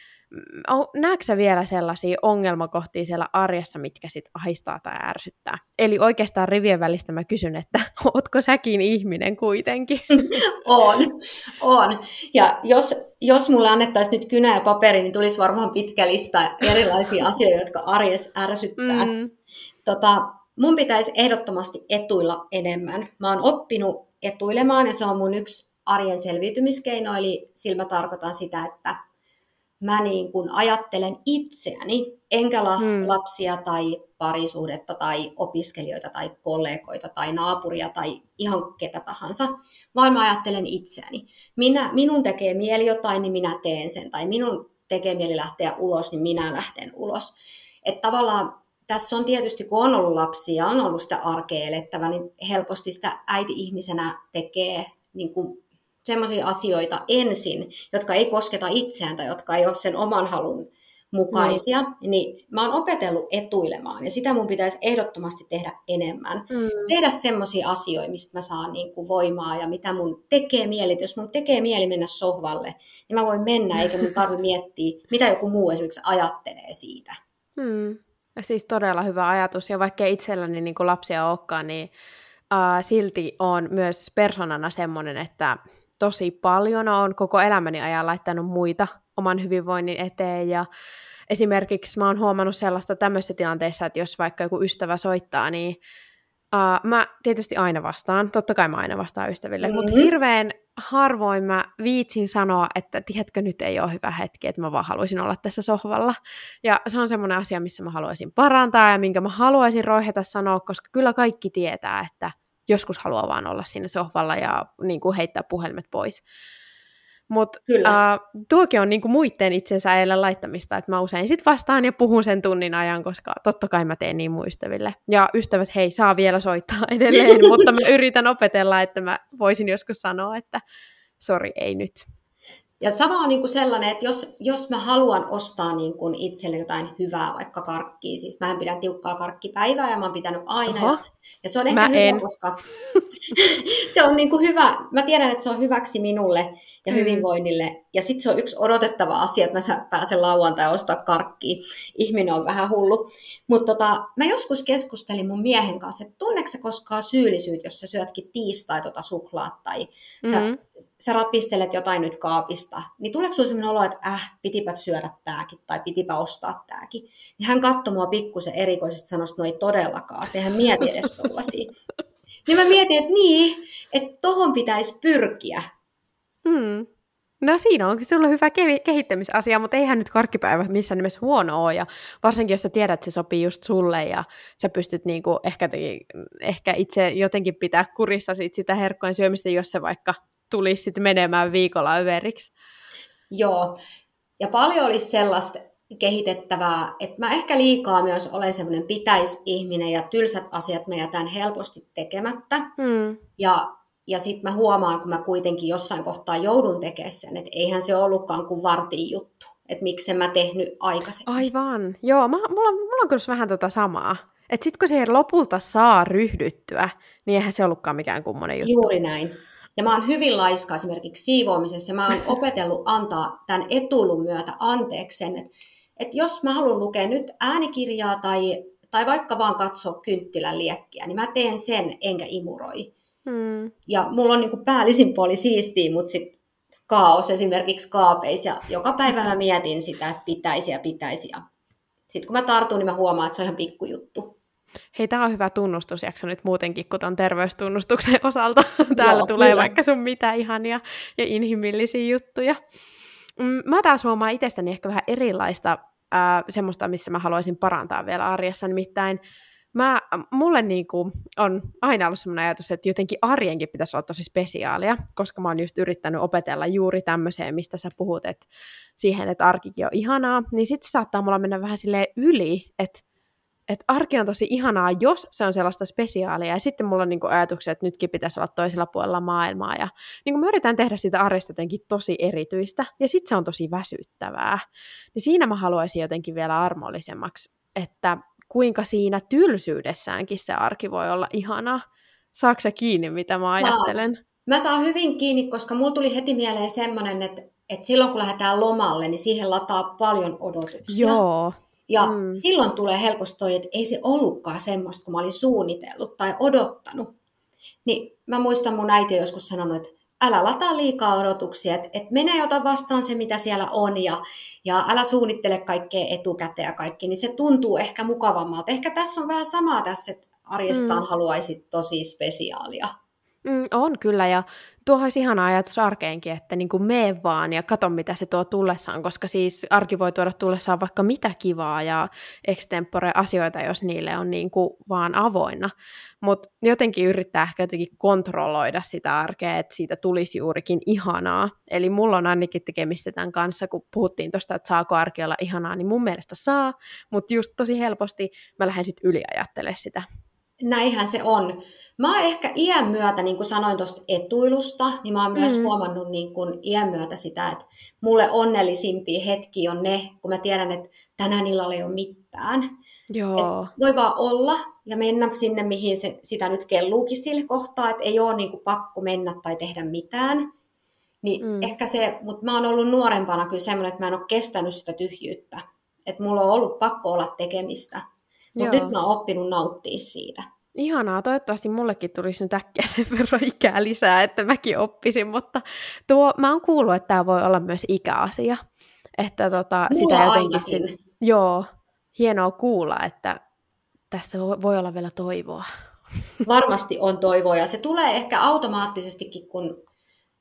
näetkö sä vielä sellaisia ongelmakohtia siellä arjessa, mitkä sit ahistaa tai ärsyttää? Eli oikeastaan rivien välistä mä kysyn, että ootko säkin ihminen kuitenkin? On, on. Ja jos, jos mulle annettaisiin nyt kynä ja paperi, niin tulisi varmaan pitkä lista erilaisia asioita, jotka arjessa ärsyttää. Mm. Tota, mun pitäisi ehdottomasti etuilla enemmän. Mä oon oppinut etuilemaan, ja se on mun yksi arjen selviytymiskeino, eli sillä mä tarkoitan sitä, että mä niin kun ajattelen itseäni, enkä las, hmm. lapsia tai parisuhdetta tai opiskelijoita tai kollegoita tai naapuria tai ihan ketä tahansa, vaan mä ajattelen itseäni. Minä, minun tekee mieli jotain, niin minä teen sen, tai minun tekee mieli lähteä ulos, niin minä lähden ulos. Että tavallaan tässä on tietysti, kun on ollut lapsia ja on ollut sitä arkea elettävä, niin helposti sitä äiti-ihmisenä tekee niin kuin sellaisia asioita ensin, jotka ei kosketa itseään tai jotka ei ole sen oman halun mukaisia, mm. niin mä oon opetellut etuilemaan, ja sitä mun pitäisi ehdottomasti tehdä enemmän. Mm. Tehdä semmoisia asioita, mistä mä saan niin kuin voimaa ja mitä mun tekee mieli. Jos mun tekee mieli mennä sohvalle, niin mä voin mennä, eikä mun tarvitse miettiä, mitä joku muu esimerkiksi ajattelee siitä. Mm. Siis todella hyvä ajatus, ja vaikka itselläni niin kuin lapsia olekaan, niin uh, silti on myös persoonana semmoinen, että tosi paljon olen koko elämäni ajan laittanut muita oman hyvinvoinnin eteen, ja esimerkiksi mä oon huomannut sellaista tämmöisessä tilanteessa, että jos vaikka joku ystävä soittaa, niin uh, mä tietysti aina vastaan, totta kai mä aina vastaan ystäville, mm-hmm. mutta hirveän harvoin mä viitsin sanoa, että tiedätkö, nyt ei ole hyvä hetki, että mä vaan haluaisin olla tässä sohvalla. Ja se on semmoinen asia, missä mä haluaisin parantaa ja minkä mä haluaisin roiheta sanoa, koska kyllä kaikki tietää, että joskus haluaa vaan olla siinä sohvalla ja niin kuin heittää puhelimet pois. Mutta äh, tuokin on niinku muitten itsensä edelle laittamista, että mä usein sit vastaan ja puhun sen tunnin ajan, koska totta kai mä teen niin mun ystäville. Ja ystävät, hei, saa vielä soittaa edelleen, mutta mä yritän opetella, että mä voisin joskus sanoa, että sori, ei nyt. Ja sama on niin kuin sellainen, että jos, jos mä haluan ostaa niin kuin itselle jotain hyvää, vaikka karkkia, siis mähän pidän tiukkaa karkkipäivää ja mä oon pitänyt aina. Ja, ja se on ehkä mä hyvä, en. koska se on niin kuin hyvä. Mä tiedän, että se on hyväksi minulle ja mm. hyvinvoinnille. Ja sitten se on yksi odotettava asia, että mä pääsen lauantai ostaa karkkia. Ihminen on vähän hullu. Mutta tota, mä joskus keskustelin mun miehen kanssa, että tunneeko sä koskaan syyllisyyt, jos sä syötkin tiistai tota suklaat tai sä, mm. sä rapistelet jotain nyt kaapista, niin tuleeko sinulla sellainen olo, että äh, pitipä syödä tääkin tai pitipä ostaa tääkin? Niin hän katsoi mua pikkusen erikoisesti, sanoi, että no ei todellakaan, että eihän mieti edes tollaisia. Niin mä mietin, että niin, että tohon pitäisi pyrkiä. Hmm. No siinä on sulla hyvä kehittämisasia, mutta eihän nyt karkkipäivä missään nimessä huono ole, ja varsinkin jos sä tiedät, että se sopii just sulle, ja sä pystyt niinku ehkä, ehkä itse jotenkin pitää kurissa sit sitä herkkojen syömistä, jos se vaikka tulisi sitten menemään viikolla överiksi. Joo, ja paljon olisi sellaista kehitettävää, että mä ehkä liikaa myös olen semmoinen pitäisihminen, ja tylsät asiat mä jätän helposti tekemättä, hmm. ja Ja sitten mä huomaan, kun mä kuitenkin jossain kohtaa joudun tekemään sen, että eihän se ollutkaan kuin vartin juttu. Että miksi en mä tehnyt aikaisemmin. Aivan. Joo, mä, mulla, mulla on kyllä vähän tota samaa. Että sitten kun se lopulta saa ryhdyttyä, niin eihän se ollutkaan mikään kummonen juttu. Juuri näin. Ja mä oon hyvin laiska esimerkiksi siivoamisessa. Mä oon opetellut antaa tämän etuilun myötä anteeksi sen, että, että jos mä haluan lukea nyt äänikirjaa tai, tai vaikka vaan katsoa kynttilän liekkiä, niin mä teen sen enkä imuroi. Hmm. Ja mulla on niinku päällisin puoli siistiä, mutta sitten kaos esimerkiksi kaapeissa. Ja joka päivä mä mietin sitä, että pitäisi ja pitäisi. Ja sitten kun mä tartun, niin mä huomaan, että se on ihan pikkujuttu. Hei, tää on hyvä tunnustusjakso nyt muutenkin, kun ton terveystunnustuksen osalta. Täällä Joo, tulee kyllä. vaikka sun mitä ihania ja inhimillisiä juttuja. Mä taas huomaan itsestäni ehkä vähän erilaista äh, semmoista, missä mä haluaisin parantaa vielä arjessa, nimittäin Mä, mulle niinku on aina ollut sellainen ajatus, että jotenkin arjenkin pitäisi olla tosi spesiaalia, koska mä oon just yrittänyt opetella juuri tämmöiseen, mistä sä puhut, että siihen, että arkikin on ihanaa, niin sitten se saattaa mulla mennä vähän silleen yli, että, että arki on tosi ihanaa, jos se on sellaista spesiaalia, ja sitten mulla on niinku ajatuksia, että nytkin pitäisi olla toisella puolella maailmaa, ja niin mä yritän tehdä siitä arjesta jotenkin tosi erityistä, ja sitten se on tosi väsyttävää. Niin siinä mä haluaisin jotenkin vielä armollisemmaksi, että kuinka siinä tylsyydessäänkin se arki voi olla ihanaa. Saatko sä kiinni, mitä mä ajattelen? Saan. Mä saan hyvin kiinni, koska mulla tuli heti mieleen semmoinen, että, että silloin kun lähdetään lomalle, niin siihen lataa paljon odotuksia. Joo. Ja mm. silloin tulee helposti toi, että ei se ollutkaan semmoista, kun mä olin suunnitellut tai odottanut. Niin mä muistan mun äiti joskus sanonut, että älä lataa liikaa odotuksia, että, että mene ota vastaan se, mitä siellä on, ja, ja älä suunnittele kaikkea etukäteen ja kaikki, niin se tuntuu ehkä mukavammalta. Ehkä tässä on vähän samaa tässä, että arjestaan mm. haluaisit tosi spesiaalia. Mm, on kyllä, ja tuo olisi ihana ajatus arkeenkin, että niin kuin mene vaan ja katso, mitä se tuo tullessaan, koska siis arki voi tuoda tullessaan vaikka mitä kivaa ja extempore asioita, jos niille on niin kuin vaan avoinna. Mutta jotenkin yrittää ehkä jotenkin kontrolloida sitä arkea, että siitä tulisi juurikin ihanaa. Eli mulla on ainakin tekemistä tämän kanssa, kun puhuttiin tuosta, että saako arki olla ihanaa, niin mun mielestä saa, mutta just tosi helposti mä lähden sitten yliajattelemaan sitä. Näinhän se on. Mä oon ehkä iän myötä, niin kuin sanoin tuosta etuilusta, niin mä oon mm. myös huomannut niin kuin iän myötä sitä, että mulle onnellisimpia hetkiä on ne, kun mä tiedän, että tänään illalla ei ole mitään. Joo. Voi vaan olla ja mennä sinne, mihin se, sitä nyt kelluukin sille kohtaa, että ei ole niin kuin pakko mennä tai tehdä mitään. Niin mm. ehkä se, mutta mä oon ollut nuorempana kyllä semmoinen, että mä en ole kestänyt sitä tyhjyyttä. Että mulla on ollut pakko olla tekemistä. Mutta nyt mä oon oppinut nauttia siitä. Ihanaa, toivottavasti mullekin tulisi nyt äkkiä sen verran ikää lisää, että mäkin oppisin, mutta tuo, mä oon kuullut, että tämä voi olla myös ikäasia. Että tota, sitä jotenkin sit, joo, hienoa kuulla, että tässä voi olla vielä toivoa. Varmasti on toivoa, ja se tulee ehkä automaattisestikin, kun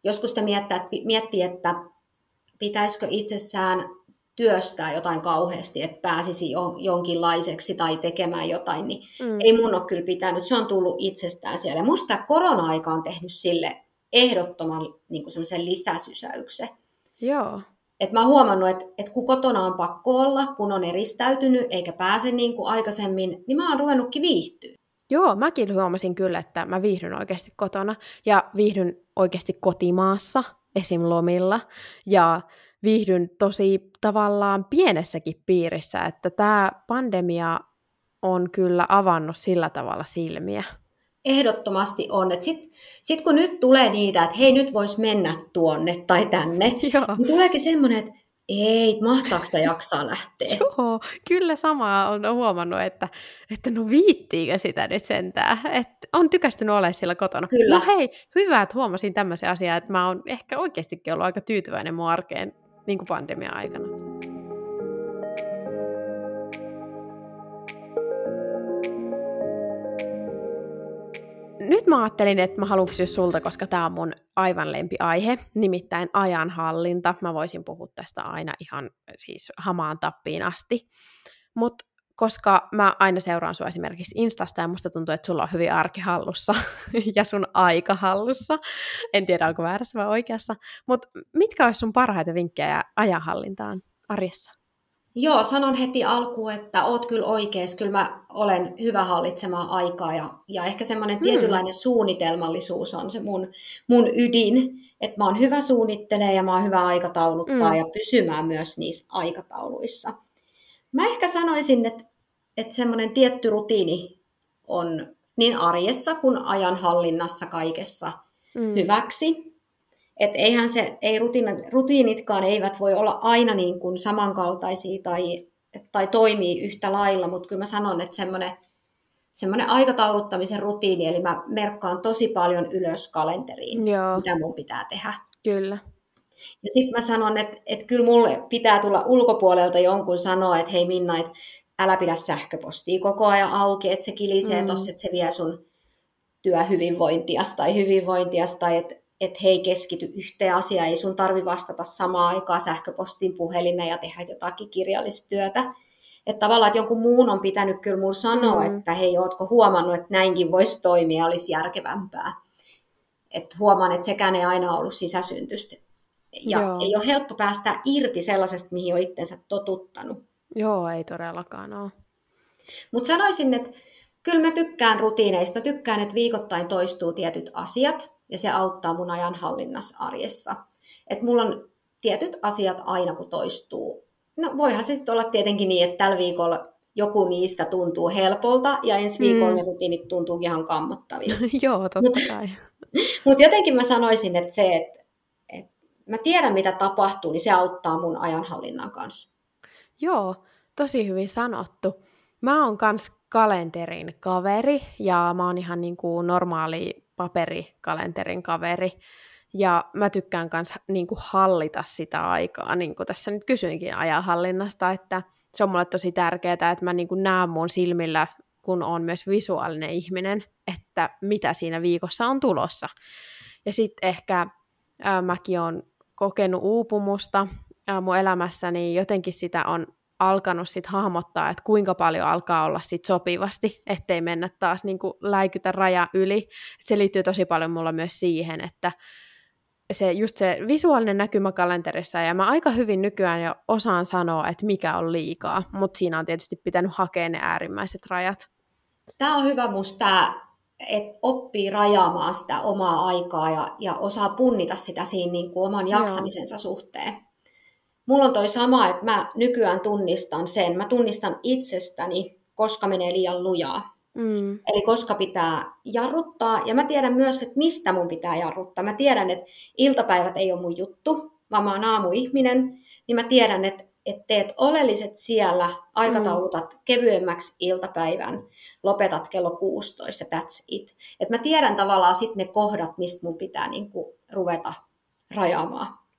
joskus te miettii, miettii, että pitäisikö itsessään työstää jotain kauheasti, että pääsisi jonkinlaiseksi tai tekemään jotain, niin mm. ei mun ole kyllä pitänyt. Se on tullut itsestään siellä. Ja musta tämä korona-aika on tehnyt sille ehdottoman niin semmoisen lisäsysäyksen. Joo. Et mä oon huomannut, että, että kun kotona on pakko olla, kun on eristäytynyt eikä pääse niin kuin aikaisemmin, niin mä oon ruvennutkin viihtyä. Joo, mäkin huomasin kyllä, että mä viihdyn oikeasti kotona ja viihdyn oikeasti kotimaassa, esim. Lomilla, ja viihdyn tosi tavallaan pienessäkin piirissä, että tämä pandemia on kyllä avannut sillä tavalla silmiä. Ehdottomasti on. Sitten sit kun nyt tulee niitä, että hei, nyt vois mennä tuonne tai tänne, Joo. niin tuleekin semmoinen, että ei, mahtaako sitä jaksaa lähteä? Joo, kyllä samaa on huomannut, että, että no viittiikö sitä nyt sentään, että on tykästynyt olemaan siellä kotona. Kyllä. No hei, hyvä, että huomasin tämmöisen asian, että mä oon ehkä oikeastikin ollut aika tyytyväinen mun arkeen niin kuin pandemian aikana. Nyt mä ajattelin, että mä haluan kysyä sulta, koska tää on mun aivan lempiaihe, nimittäin ajanhallinta. Mä voisin puhua tästä aina ihan siis hamaan tappiin asti. Mutta koska mä aina seuraan sua esimerkiksi Instasta ja musta tuntuu, että sulla on hyvin arki hallussa ja sun aika hallussa. En tiedä, onko väärässä vai oikeassa. Mutta mitkä olisi sun parhaita vinkkejä ajanhallintaan arjessa? Joo, sanon heti alkuun, että oot kyllä oikeassa. Kyllä mä olen hyvä hallitsemaan aikaa ja, ja ehkä semmoinen hmm. tietynlainen suunnitelmallisuus on se mun, mun ydin. Että mä oon hyvä suunnittelemaan ja mä oon hyvä aikatauluttaa hmm. ja pysymään myös niissä aikatauluissa. Mä ehkä sanoisin, että, että semmoinen tietty rutiini on niin arjessa kuin ajanhallinnassa kaikessa hmm. hyväksi. Että eihän se, ei rutiinit, rutiinitkaan eivät voi olla aina niin kuin samankaltaisia tai, tai toimii yhtä lailla, mutta kyllä mä sanon, että semmoinen, semmoinen aikatauluttamisen rutiini, eli mä merkkaan tosi paljon ylös kalenteriin, Joo. mitä mun pitää tehdä. Kyllä. Ja sitten mä sanon, että, että kyllä mulle pitää tulla ulkopuolelta jonkun sanoa, että hei Minna, että älä pidä sähköpostia koko ajan auki, että se kilisee mm. tossa, että se vie sun työhyvinvointias tai hyvinvointias tai että että hei, keskity yhteen asiaan, ei sun tarvi vastata samaan aikaan sähköpostiin, puhelimeen ja tehdä jotakin kirjallista työtä. Että tavallaan, että jonkun muun on pitänyt kyllä mulle sanoa, mm. että hei, ootko huomannut, että näinkin voisi toimia ja olisi järkevämpää. Että huomaan, että sekään ei aina ollut sisäsyntystä. Ja Joo. ei ole helppo päästä irti sellaisesta, mihin on itsensä totuttanut. Joo, ei todellakaan ole. Mutta sanoisin, että kyllä mä tykkään rutiineista. Mä tykkään, että viikoittain toistuu tietyt asiat. Ja se auttaa mun ajanhallinnassa arjessa. Että mulla on tietyt asiat aina, kun toistuu. No voihan se sitten olla tietenkin niin, että tällä viikolla joku niistä tuntuu helpolta, ja ensi viikolla mm. ne rutiinit tuntuu ihan kammottavilta. Joo, totta Mut, kai. Mutta jotenkin mä sanoisin, että se, että, että mä tiedän, mitä tapahtuu, niin se auttaa mun ajanhallinnan kanssa. Joo, tosi hyvin sanottu. Mä oon kans kalenterin kaveri, ja mä oon ihan niin kuin normaali paperikalenterin kaveri, ja mä tykkään myös niin kuin hallita sitä aikaa, niin kuin tässä nyt kysyinkin ajanhallinnasta, että se on mulle tosi tärkeää, että mä niin kuin näen mun silmillä, kun on myös visuaalinen ihminen, että mitä siinä viikossa on tulossa. Ja sitten ehkä ää, mäkin oon kokenut uupumusta ää, mun elämässäni, jotenkin sitä on alkanut sit hahmottaa, että kuinka paljon alkaa olla sit sopivasti, ettei mennä taas niin kuin läikytä raja yli. Se liittyy tosi paljon mulla myös siihen, että se, just se visuaalinen näkymä kalenterissa, ja mä aika hyvin nykyään jo osaan sanoa, että mikä on liikaa, mutta siinä on tietysti pitänyt hakea ne äärimmäiset rajat. Tämä on hyvä musta, että oppii rajaamaan sitä omaa aikaa ja, ja osaa punnita sitä siinä niin kuin oman jaksamisensa Joo. suhteen. Mulla on toi sama, että mä nykyään tunnistan sen. Mä tunnistan itsestäni, koska menee liian lujaa. Mm. Eli koska pitää jarruttaa. Ja mä tiedän myös, että mistä mun pitää jarruttaa. Mä tiedän, että iltapäivät ei ole mun juttu, vaan mä oon aamuihminen. Niin mä tiedän, että, että teet oleelliset siellä, aikataulutat mm. kevyemmäksi iltapäivän, lopetat kello kuusitoista, that's it. Että mä tiedän tavallaan sitten ne kohdat, mistä mun pitää niinku ruveta rajaamaan.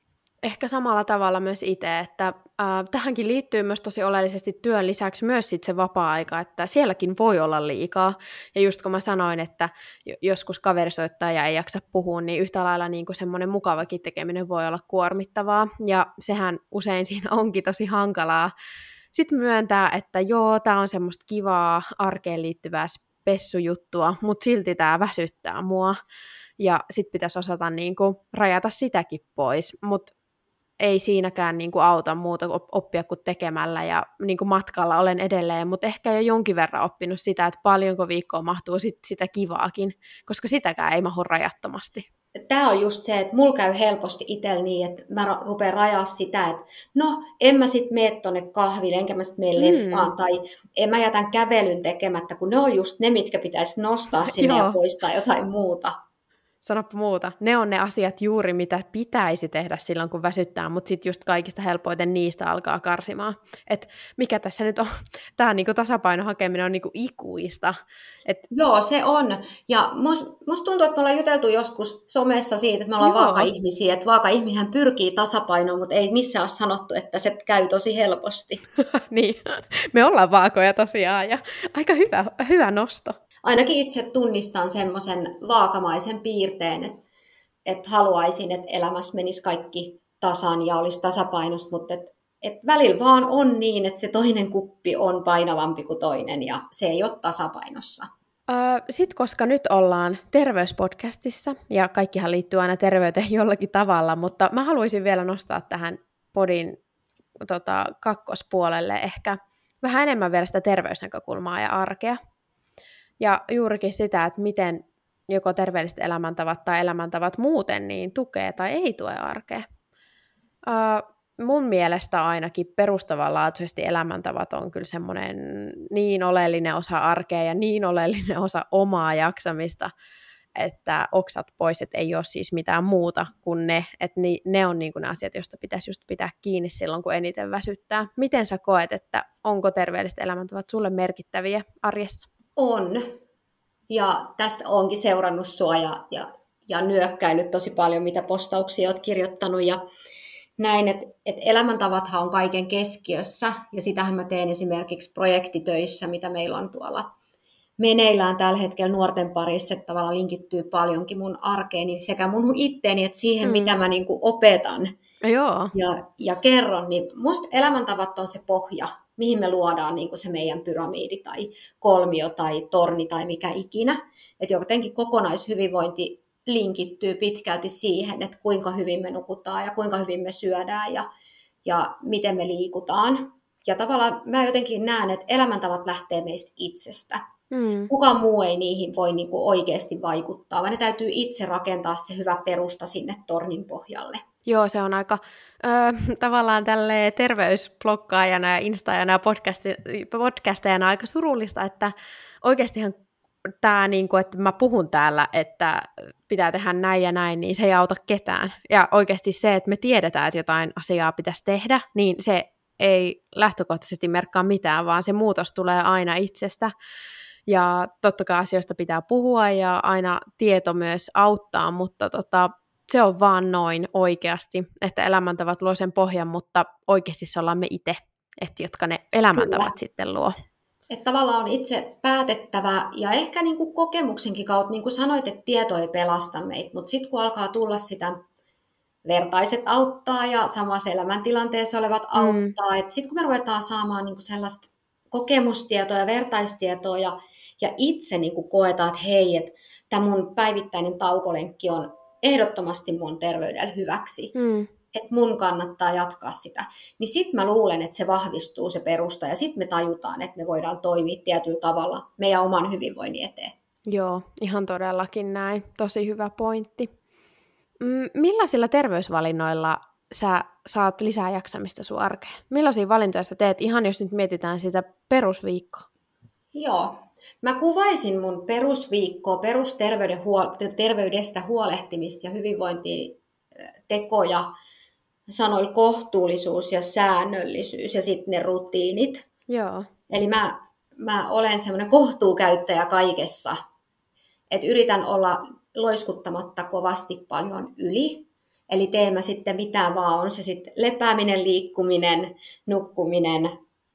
Ehkä samalla tavalla myös itse, että äh, tähänkin liittyy myös tosi oleellisesti työn lisäksi myös sit se vapaa-aika, että sielläkin voi olla liikaa. Ja just kun mä sanoin, että joskus kaveri soittaa ja ei jaksa puhua, niin yhtä lailla niin kuin semmoinen mukavakin tekeminen voi olla kuormittavaa. Ja sehän usein siinä onkin tosi hankalaa sitten myöntää, että joo, tää on semmoista kivaa arkeen liittyvää spessujuttua, mutta silti tää väsyttää mua. Ja sit pitäisi osata niin kuin rajata sitäkin pois, mutta ei siinäkään niin kuin auta muuta kuin oppia kuin tekemällä, ja niin kuin matkalla olen edelleen, mutta ehkä jo jonkin verran oppinut sitä, että paljonko viikkoon mahtuu sit sitä kivaakin, koska sitäkään ei mahdu rajattomasti. Tämä on just se, että mulla käy helposti itsellä niin, että mä rupean rajaa sitä, että no, en mä sit mene tonne kahville, enkä mä sit mene leffaan, mm. tai en mä jätän kävelyn tekemättä, kun ne on just ne, mitkä pitäisi nostaa sinne ja poistaa jotain muuta. Sanoppa muuta. Ne on ne asiat juuri, mitä pitäisi tehdä silloin, kun väsyttää, mutta sitten just kaikista helpoiten niistä alkaa karsimaan. Et mikä tässä nyt on, tämä niinku tasapainon hakeminen on niinku ikuista. Et... Joo, se on. Ja musta must tuntuu, että me ollaan juteltu joskus somessa siitä, että me ollaan Joo. vaaka-ihmisiä, että vaaka-ihminenhän pyrkii tasapainoon, mutta ei missään ole sanottu, että se käy tosi helposti. Niin, me ollaan vaakoja tosiaan, ja aika hyvä, hyvä nosto. Ainakin itse tunnistan semmoisen vaakamaisen piirteen, että, että haluaisin, että elämässä menisi kaikki tasan ja olisi tasapainosta, mutta että, että välillä vaan on niin, että se toinen kuppi on painavampi kuin toinen ja se ei ole tasapainossa. Sitten koska nyt ollaan terveyspodcastissa, ja kaikkihan liittyy aina terveyteen jollakin tavalla, mutta mä haluaisin vielä nostaa tähän podin tota, kakkospuolelle ehkä vähän enemmän vielä sitä terveysnäkökulmaa ja arkea. Ja juurikin sitä, että miten joko terveelliset elämäntavat tai elämäntavat muuten niin tukee tai ei tue arkea. Uh, mun mielestä ainakin perustavanlaatuisesti elämäntavat on kyllä semmoinen niin oleellinen osa arkea ja niin oleellinen osa omaa jaksamista, että oksat pois, että ei ole siis mitään muuta kuin ne, että ni, ne on niin kuin ne asiat, joista pitäisi just pitää kiinni silloin, kun eniten väsyttää. Miten sä koet, että onko terveelliset elämäntavat sulle merkittäviä arjessa? On. Ja tästä onkin seurannut sua ja, ja, ja nyökkäillyt tosi paljon, mitä postauksia olet kirjoittanut. Ja näin, että, että elämäntavathan on kaiken keskiössä. Ja sitähän mä teen esimerkiksi projektitöissä, mitä meillä on tuolla meneillään tällä hetkellä nuorten parissa. Että tavallaan linkittyy paljonkin mun arkeeni sekä mun itteeni, että siihen, mm. mitä mä niin kuin opetan Joo. Ja, ja kerron. Niin musta elämäntavat on se pohja, mihin me luodaan niin kuin se meidän pyramidi tai kolmio tai torni tai mikä ikinä. Että jotenkin kokonaishyvinvointi linkittyy pitkälti siihen, että kuinka hyvin me nukutaan ja kuinka hyvin me syödään ja, ja miten me liikutaan. Ja tavallaan mä jotenkin näen, että elämäntavat lähtee meistä itsestä. Mm. Kukaan muu ei niihin voi niin kuin oikeasti vaikuttaa, vaan ne täytyy itse rakentaa se hyvä perusta sinne tornin pohjalle. Joo, se on aika ö, tavallaan tälleen terveysblokkaajana ja instaajana ja podcasti- podcastajana aika surullista, että oikeastihan tämä, niin kuin, että mä puhun täällä, että pitää tehdä näin ja näin, niin se ei auta ketään. Ja oikeasti se, että me tiedetään, että jotain asiaa pitäisi tehdä, niin se ei lähtökohtaisesti merkkaa mitään, vaan se muutos tulee aina itsestä. Ja totta kai asioista pitää puhua ja aina tieto myös auttaa, mutta tota, se on vaan noin oikeasti, että elämäntavat luo sen pohjan, mutta oikeasti se ollaan me itse, että jotka ne elämäntavat Kyllä. sitten luo. Että tavallaan on itse päätettävä ja ehkä niin kuin kokemuksenkin kautta, niin kuin sanoit, että tieto ei pelasta meitä, mutta sitten kun alkaa tulla sitä vertaiset auttaa ja samassa elämäntilanteessa olevat auttaa, mm. että sitten kun me ruvetaan saamaan niin kuin sellaista kokemustietoa ja vertaistietoa ja, ja itse niin kuin koetaan, että hei, että tämä mun päivittäinen taukolenkki on ehdottomasti mun terveydellä hyväksi, mm. että mun kannattaa jatkaa sitä, niin sitten mä luulen, että se vahvistuu se perusta ja sitten me tajutaan, että me voidaan toimia tietyllä tavalla meidän oman hyvinvoinnin eteen. Joo, ihan todellakin näin. Tosi hyvä pointti. Millaisilla terveysvalinnoilla sä saat lisää jaksamista sun arkeen? Millaisia valintoja sä teet, ihan jos nyt mietitään sitä perusviikkoa? Joo, mä kuvaisin mun perusviikkoa, perusterveydestä huolehtimista ja hyvinvointitekoja sanoilla kohtuullisuus ja säännöllisyys ja sitten ne rutiinit. Joo. Eli mä, mä olen semmoinen kohtuukäyttäjä kaikessa, että yritän olla loiskuttamatta kovasti paljon yli. Eli teen mä sitten mitä vaan, on se sitten lepääminen, liikkuminen, nukkuminen,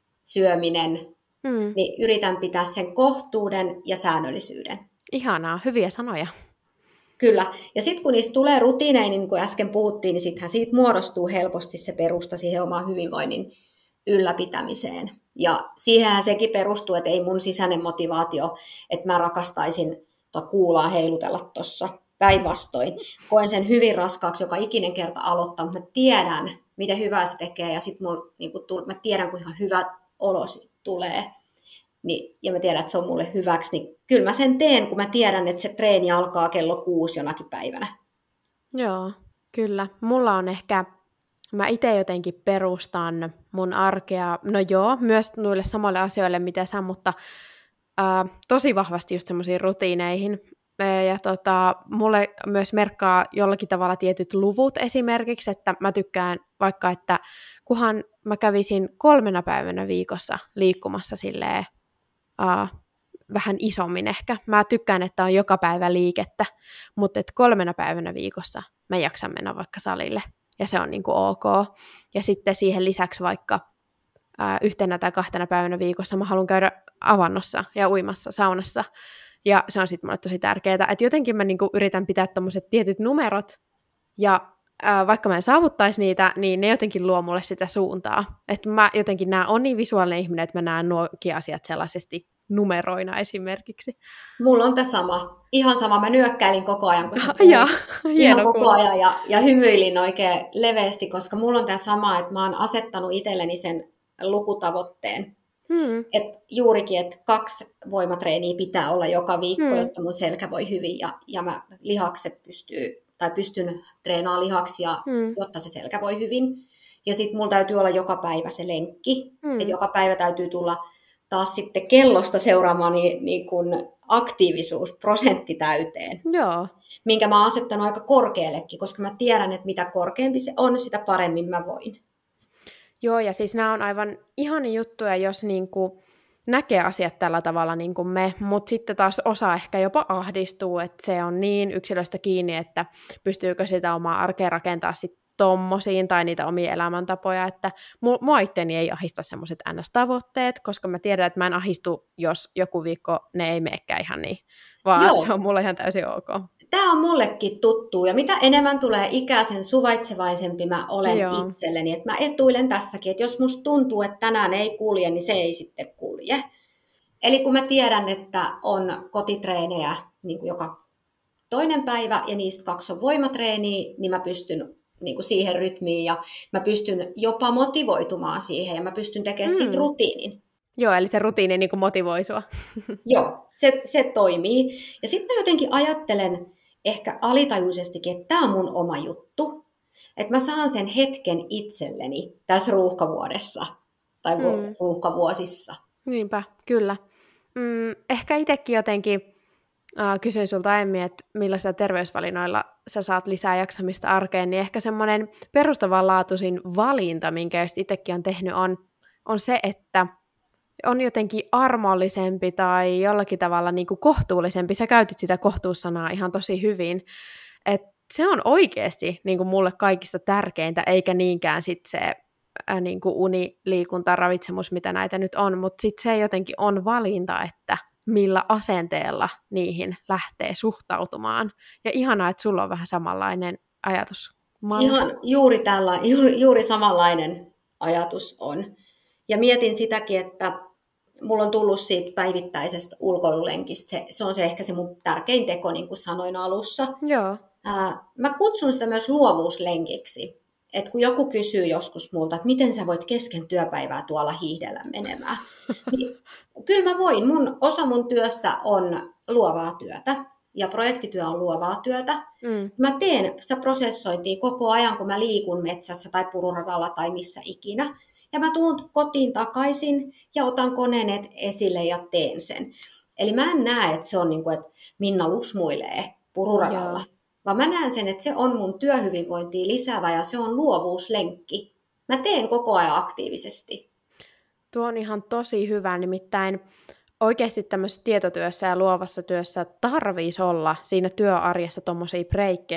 syöminen, Mm. niin yritän pitää sen kohtuuden ja säännöllisyyden. Ihanaa, hyviä sanoja. Kyllä. Ja sitten kun niistä tulee rutiineja, niin kuin äsken puhuttiin, niin sittenhän siitä muodostuu helposti se perusta siihen oman hyvinvoinnin ylläpitämiseen. Ja siihenhän sekin perustuu, että ei mun sisäinen motivaatio, että mä rakastaisin kuulaa heilutella tuossa. Päinvastoin. Koen sen hyvin raskaaksi joka ikinen kerta aloittaa, mutta mä tiedän, miten hyvää se tekee, ja sitten niin mä tiedän, kuinka hyvä olo tulee. Niin, ja mä tiedän, että se on mulle hyväksi, niin kyllä mä sen teen, kun mä tiedän, että se treeni alkaa kello kuusi jonakin päivänä. Joo, kyllä. Mulla on ehkä, mä itse jotenkin perustan mun arkea, no joo, myös noille samoille asioille, mitä sä, mutta ää, tosi vahvasti just semmoisiin rutiineihin. Ja tota, mulle myös merkkaa jollakin tavalla tietyt luvut esimerkiksi, että mä tykkään vaikka, että kunhan mä kävisin kolmena päivänä viikossa liikkumassa silleen, uh, vähän isommin ehkä. Mä tykkään, että on joka päivä liikettä, mutta et kolmena päivänä viikossa mä jaksan mennä vaikka salille, ja se on niinku ok. Ja sitten siihen lisäksi vaikka uh, yhtenä tai kahtena päivänä viikossa mä haluan käydä avannossa ja uimassa saunassa, ja se on sitten mulle tosi tärkeää, että jotenkin mä niinku yritän pitää tommoset tietyt numerot, ja ää, vaikka mä en saavuttaisi niitä, niin ne jotenkin luo mulle sitä suuntaa. Että mä jotenkin näen, on niin visuaalinen ihminen, että mä näen nuokin asiat sellaisesti numeroina esimerkiksi. Mulla on tämä sama. Ihan sama. Mä nyökkäilin koko ajan, kun sä ja, ihan koko ajan ja, ja hymyilin oikein leveästi, koska mulla on tämä sama, että mä oon asettanut itselleni sen lukutavoitteen. Hmm. Et juurikin, että kaksi voimatreeniä pitää olla joka viikko, hmm. jotta mun selkä voi hyvin ja, ja mä lihakset pystyy, tai pystyn treenaamaan lihaksia, hmm. jotta se selkä voi hyvin. Ja sitten mulla täytyy olla joka päivä se lenkki, hmm. että joka päivä täytyy tulla taas sitten kellosta seuraamaan niin, niin kuin aktiivisuusprosentti täyteen. Joo. Minkä mä oon asettanut aika korkeallekin, koska mä tiedän, että mitä korkeampi se on, sitä paremmin mä voin. Joo, ja siis nämä on aivan ihania juttuja, jos niinku näkee asiat tällä tavalla niin kuin me, mutta sitten taas osa ehkä jopa ahdistuu, että se on niin yksilöstä kiinni, että pystyykö sitä omaa arkea rakentaa sitten tommosiin tai niitä omia elämäntapoja, että mua itteni ei ahista semmoiset N S-tavoitteet, koska mä tiedän, että mä en ahistu, jos joku viikko ne ei meekään ihan niin, vaan Joo. se on mulle ihan täysin ok. Tämä on mullekin tuttu, ja mitä enemmän tulee ikää, sen suvaitsevaisempi mä olen Joo. itselleni. Että mä etuilen tässäkin, että jos musta tuntuu, että tänään ei kulje, niin se ei sitten kulje. Eli kun mä tiedän, että on kotitreenejä niin kuin joka toinen päivä, ja niistä kaksi on voimatreeniä, niin mä pystyn niin kuin siihen rytmiin, ja mä pystyn jopa motivoitumaan siihen, ja mä pystyn tekemään mm. siitä rutiinin. Joo, eli se rutiini niin kuin motivoi sua. Joo, se, se toimii. Ja sitten mä jotenkin ajattelen ehkä alitajuisestikin, että tämä on mun oma juttu. Että mä saan sen hetken itselleni tässä ruuhkavuodessa tai mm. ruuhkavuosissa. Niinpä, kyllä. Mm, ehkä itsekin jotenkin äh, kysyin sulta aiemmin, että millaisilla terveysvalinnoilla sä saat lisää jaksamista arkeen, niin ehkä semmoinen perustavanlaatuisin valinta, minkä just itsekin on tehnyt, on, on se, että on jotenkin armollisempi tai jollakin tavalla niin kuin kohtuullisempi. Sä käytit sitä kohtuussanaa ihan tosi hyvin. Et se on oikeasti niin kuin mulle kaikista tärkeintä, eikä niinkään sit se ää, niin kuin uni, liikunta, ravitsemus, mitä näitä nyt on, mutta sitten se jotenkin on valinta, että millä asenteella niihin lähtee suhtautumaan. Ja ihanaa, että sulla on vähän samanlainen ajatus. Ihan juuri, tällä, juuri, juuri samanlainen ajatus on. Ja mietin sitäkin, että mulla on tullut siitä päivittäisestä ulkoilulenkistä. Se, se on se ehkä se mun tärkein teko, niin kuin sanoin alussa. Joo. Ää, mä kutsun sitä myös luovuuslenkiksi. Et kun joku kysyy joskus multa, että miten sä voit kesken työpäivää tuolla hiihdellä menemään, niin kyllä mä voin. Mun, osa mun työstä on luovaa työtä ja projektityö on luovaa työtä. Mm. Mä teen sitä prosessointia koko ajan, kun mä liikun metsässä tai pururadalla tai missä ikinä. Ja mä tuun kotiin takaisin ja otan koneen esille ja teen sen. Eli mä en näe, että se on niin kuin, että Minna lusmuilee pururadalla. Joo. Vaan mä näen sen, että se on mun työhyvinvointia lisäävä ja se on luovuuslenkki. Mä teen koko ajan aktiivisesti. Tuo on ihan tosi hyvä, nimittäin oikeasti tämmöisessä tietotyössä ja luovassa työssä tarvitsisi olla siinä työarjessa tommosia breikkejä,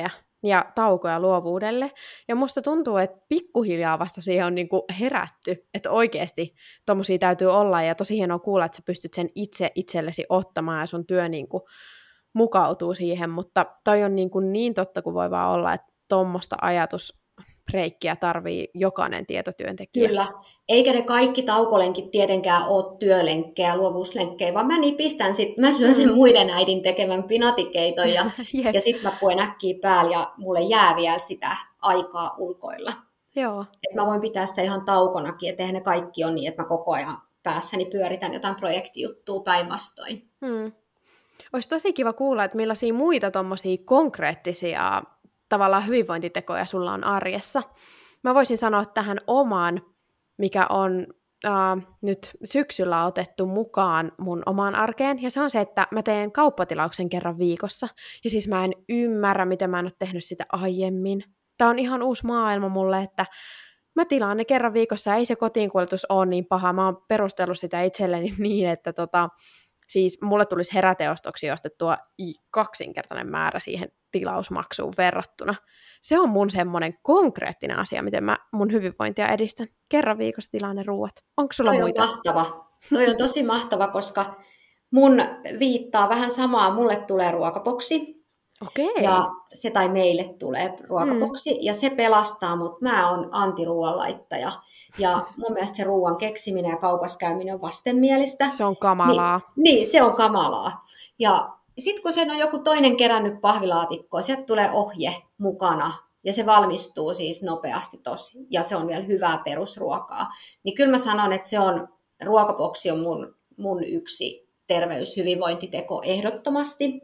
ja taukoja luovuudelle. Ja musta tuntuu, että pikkuhiljaa vasta siihen on niinku herätty, että oikeasti tommosia täytyy olla, ja tosi hienoa kuulla, että sä pystyt sen itse itsellesi ottamaan, ja sun työ niinku mukautuu siihen, mutta toi on niinku niin totta kuin voi vaan olla, että tommosta ajatusreikkiä tarvii jokainen tietotyöntekijä. Kyllä, eikä ne kaikki taukolenkit tietenkään ole työlenkkejä, luovuuslenkkejä, vaan mä nipistän sit, mä syön sen muiden äidin tekemän pinatikeiton ja, ja sit mä puen äkkiä päällä ja mulle jää vielä sitä aikaa ulkoilla. Joo. Et mä voin pitää sitä ihan taukonakin, että eihän ne kaikki on niin, että mä koko ajan päässäni pyöritän jotain projektijuttua päinvastoin. Hmm. Olisi tosi kiva kuulla, että millaisia muita tommosia konkreettisia tavallaan hyvinvointitekoja sulla on arjessa. Mä voisin sanoa tähän omaan, mikä on äh, nyt syksyllä otettu mukaan mun omaan arkeen, ja se on se, että mä teen kauppatilauksen kerran viikossa, ja siis mä en ymmärrä, miten mä en ole tehnyt sitä aiemmin. Tää on ihan uusi maailma mulle, että mä tilaan ne kerran viikossa, ja ei se kotiinkuljetus ole niin paha. Mä oon perustellut sitä itselleni niin, että tota, siis mulle tulisi heräteostoksia ostettua kaksinkertainen määrä siihen tilausmaksuun verrattuna. Se on mun semmoinen konkreettinen asia, miten mä mun hyvinvointia edistän. Kerran viikossa tilaan ne ruuat. Onko sulla Toi muita? on mahtava. Toi on tosi mahtava, koska mun viittaa vähän samaa. Mulle tulee ruokaboksi. Okei. Ja se tai meille tulee ruokaboksi. Mm. Ja se pelastaa mut. Mä oon anti-ruoanlaittaja. Ja mun mielestä se ruoan keksiminen ja kaupassa käyminen on vastenmielistä. Se on kamalaa. Niin, niin se on kamalaa. Ja sitten kun sen on joku toinen kerännyt pahvilaatikkoon, sieltä tulee ohje mukana. Ja se valmistuu siis nopeasti tosi. Ja se on vielä hyvää perusruokaa. Niin kyllä mä sanon, että se on, ruokaboksi on mun, mun yksi terveyshyvinvointiteko ehdottomasti.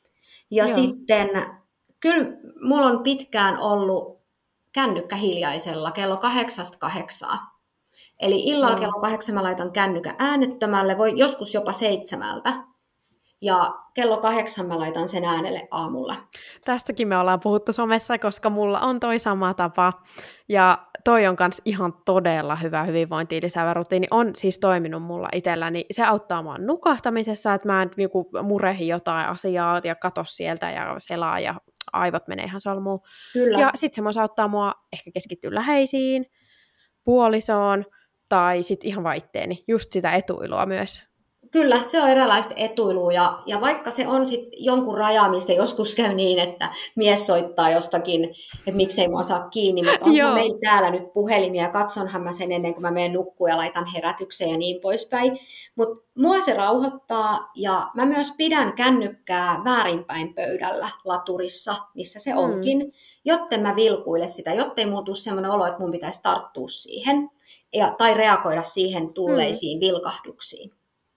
Ja Joo. sitten kyllä mulla on pitkään ollut kännykkä hiljaisella kello kahdeksasta kahdeksaan. Eli illalla Joo. kello kahdeksan mä laitan kännykän äänettömälle, voi joskus jopa seitsemältä. Ja kello kahdeksan mä laitan sen äänelle aamulla. Tästäkin me ollaan puhuttu somessa, koska mulla on toi sama tapa. Ja toi on kans ihan todella hyvä hyvinvointiin lisäävä rutiini. On siis toiminut mulla itselläni. Se auttaa mua nukahtamisessa, että mä en niinku murehi jotain asiaa ja katso sieltä ja selaa ja aivot menee ihan solmuun. Kyllä. Ja sit se myös auttaa mua ehkä keskittyä läheisiin, puolisoon tai sit ihan vaan itteeni. Just sitä etuilua myös. Kyllä, se on erilaista etuilua ja, ja vaikka se on sit jonkun rajaamista, joskus käy niin, että mies soittaa jostakin, että miksei mua saa kiinni, mutta onko meillä täällä nyt puhelimia ja katsonhan mä sen ennen kuin mä menen nukkuun ja laitan herätykseen ja niin poispäin. Mutta mua se rauhoittaa ja mä myös pidän kännykkää väärinpäin pöydällä laturissa, missä se mm. onkin, jotten mä vilkuile sitä, jottei mulla tule semmoinen olo, että mun pitäisi tarttua siihen ja, tai reagoida siihen tulleisiin mm. vilkahduksiin.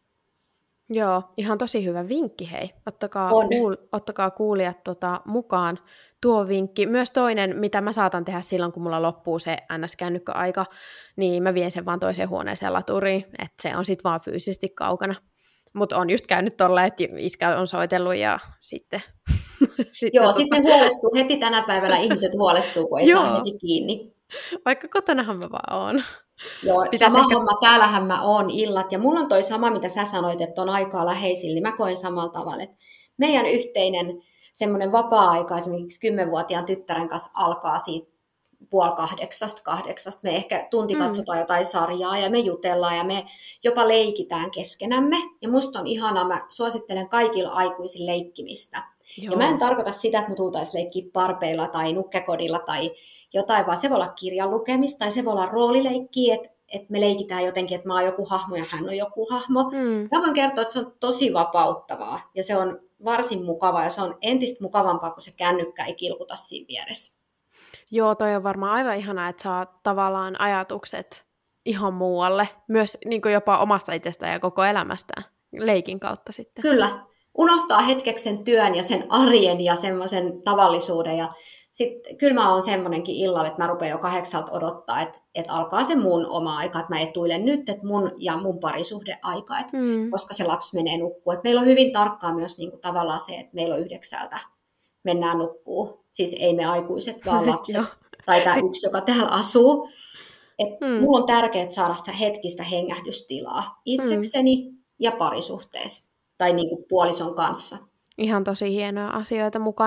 Joo, ihan tosi hyvä vinkki, hei. Ottakaa, kuul, ottakaa kuulijat tota, mukaan tuo vinkki. Myös toinen, mitä mä saatan tehdä silloin, kun mulla loppuu se N S-kännykköaika, niin mä vien sen vaan toiseen huoneeseen laturiin, että se on sit vaan fyysisesti kaukana. Mutta on just käynyt tolleen, että iskä on soitellut ja sitten... sitten Joo, tota... sitten huolestuu. Heti tänä päivänä ihmiset huolestuu, kun ei saa heti kiinni. Vaikka kotonahan mä vaan oon. Joo, sama ehkä... homma, täällähän mä oon illat, ja mulla on toi sama, mitä sä sanoit, että on aikaa läheisillä, niin mä koen samalla tavalla, että meidän yhteinen semmoinen vapaa-aika esimerkiksi kymmenvuotiaan tyttären kanssa alkaa siitä puoli kahdeksasta, kahdeksasta, me ehkä tunti katsotaan mm. jotain sarjaa, ja me jutellaan, ja me jopa leikitään keskenämme, ja musta on ihanaa, mä suosittelen kaikilla aikuisilla leikkimistä, Joo. ja mä en tarkoita sitä, että me tultaisiin leikkiä parpeilla, tai nukkekodilla, tai jotain, vaan se voi olla kirjan lukemista tai se voi olla roolileikkiä, että, että me leikitään jotenkin, että mä oon joku hahmo ja hän on joku hahmo. Mm. Mä voin kertoa, että se on tosi vapauttavaa ja se on varsin mukavaa ja se on entistä mukavampaa, kun se kännykkä ei kilkuta siinä vieressä. Joo, toi on varmaan aivan ihanaa, että saa tavallaan ajatukset ihan muualle, myös niin kuin jopa omasta itsestään ja koko elämästään leikin kautta sitten. Kyllä, unohtaa hetkeksi sen työn ja sen arjen ja semmoisen tavallisuuden ja sitten kyllä mä oon semmoinenkin illalla, että mä rupean jo kahdeksalta odottaa, että, että alkaa se mun oma aika, että mä etuilen nyt, että mun ja mun parisuhdeaika, että mm. koska se lapsi menee nukkuu. Että meillä on hyvin tarkkaa myös niin kuin tavallaan se, että meillä on yhdeksältä mennään nukkuu. Siis ei me aikuiset, vaan lapset tai tämä yksi, joka täällä asuu. Että mm. mulla on tärkeää saada sitä hetkistä hengähdystilaa itsekseni mm. ja parisuhteessa tai niin kuin puolison kanssa. Ihan tosi hienoja asioita mukana.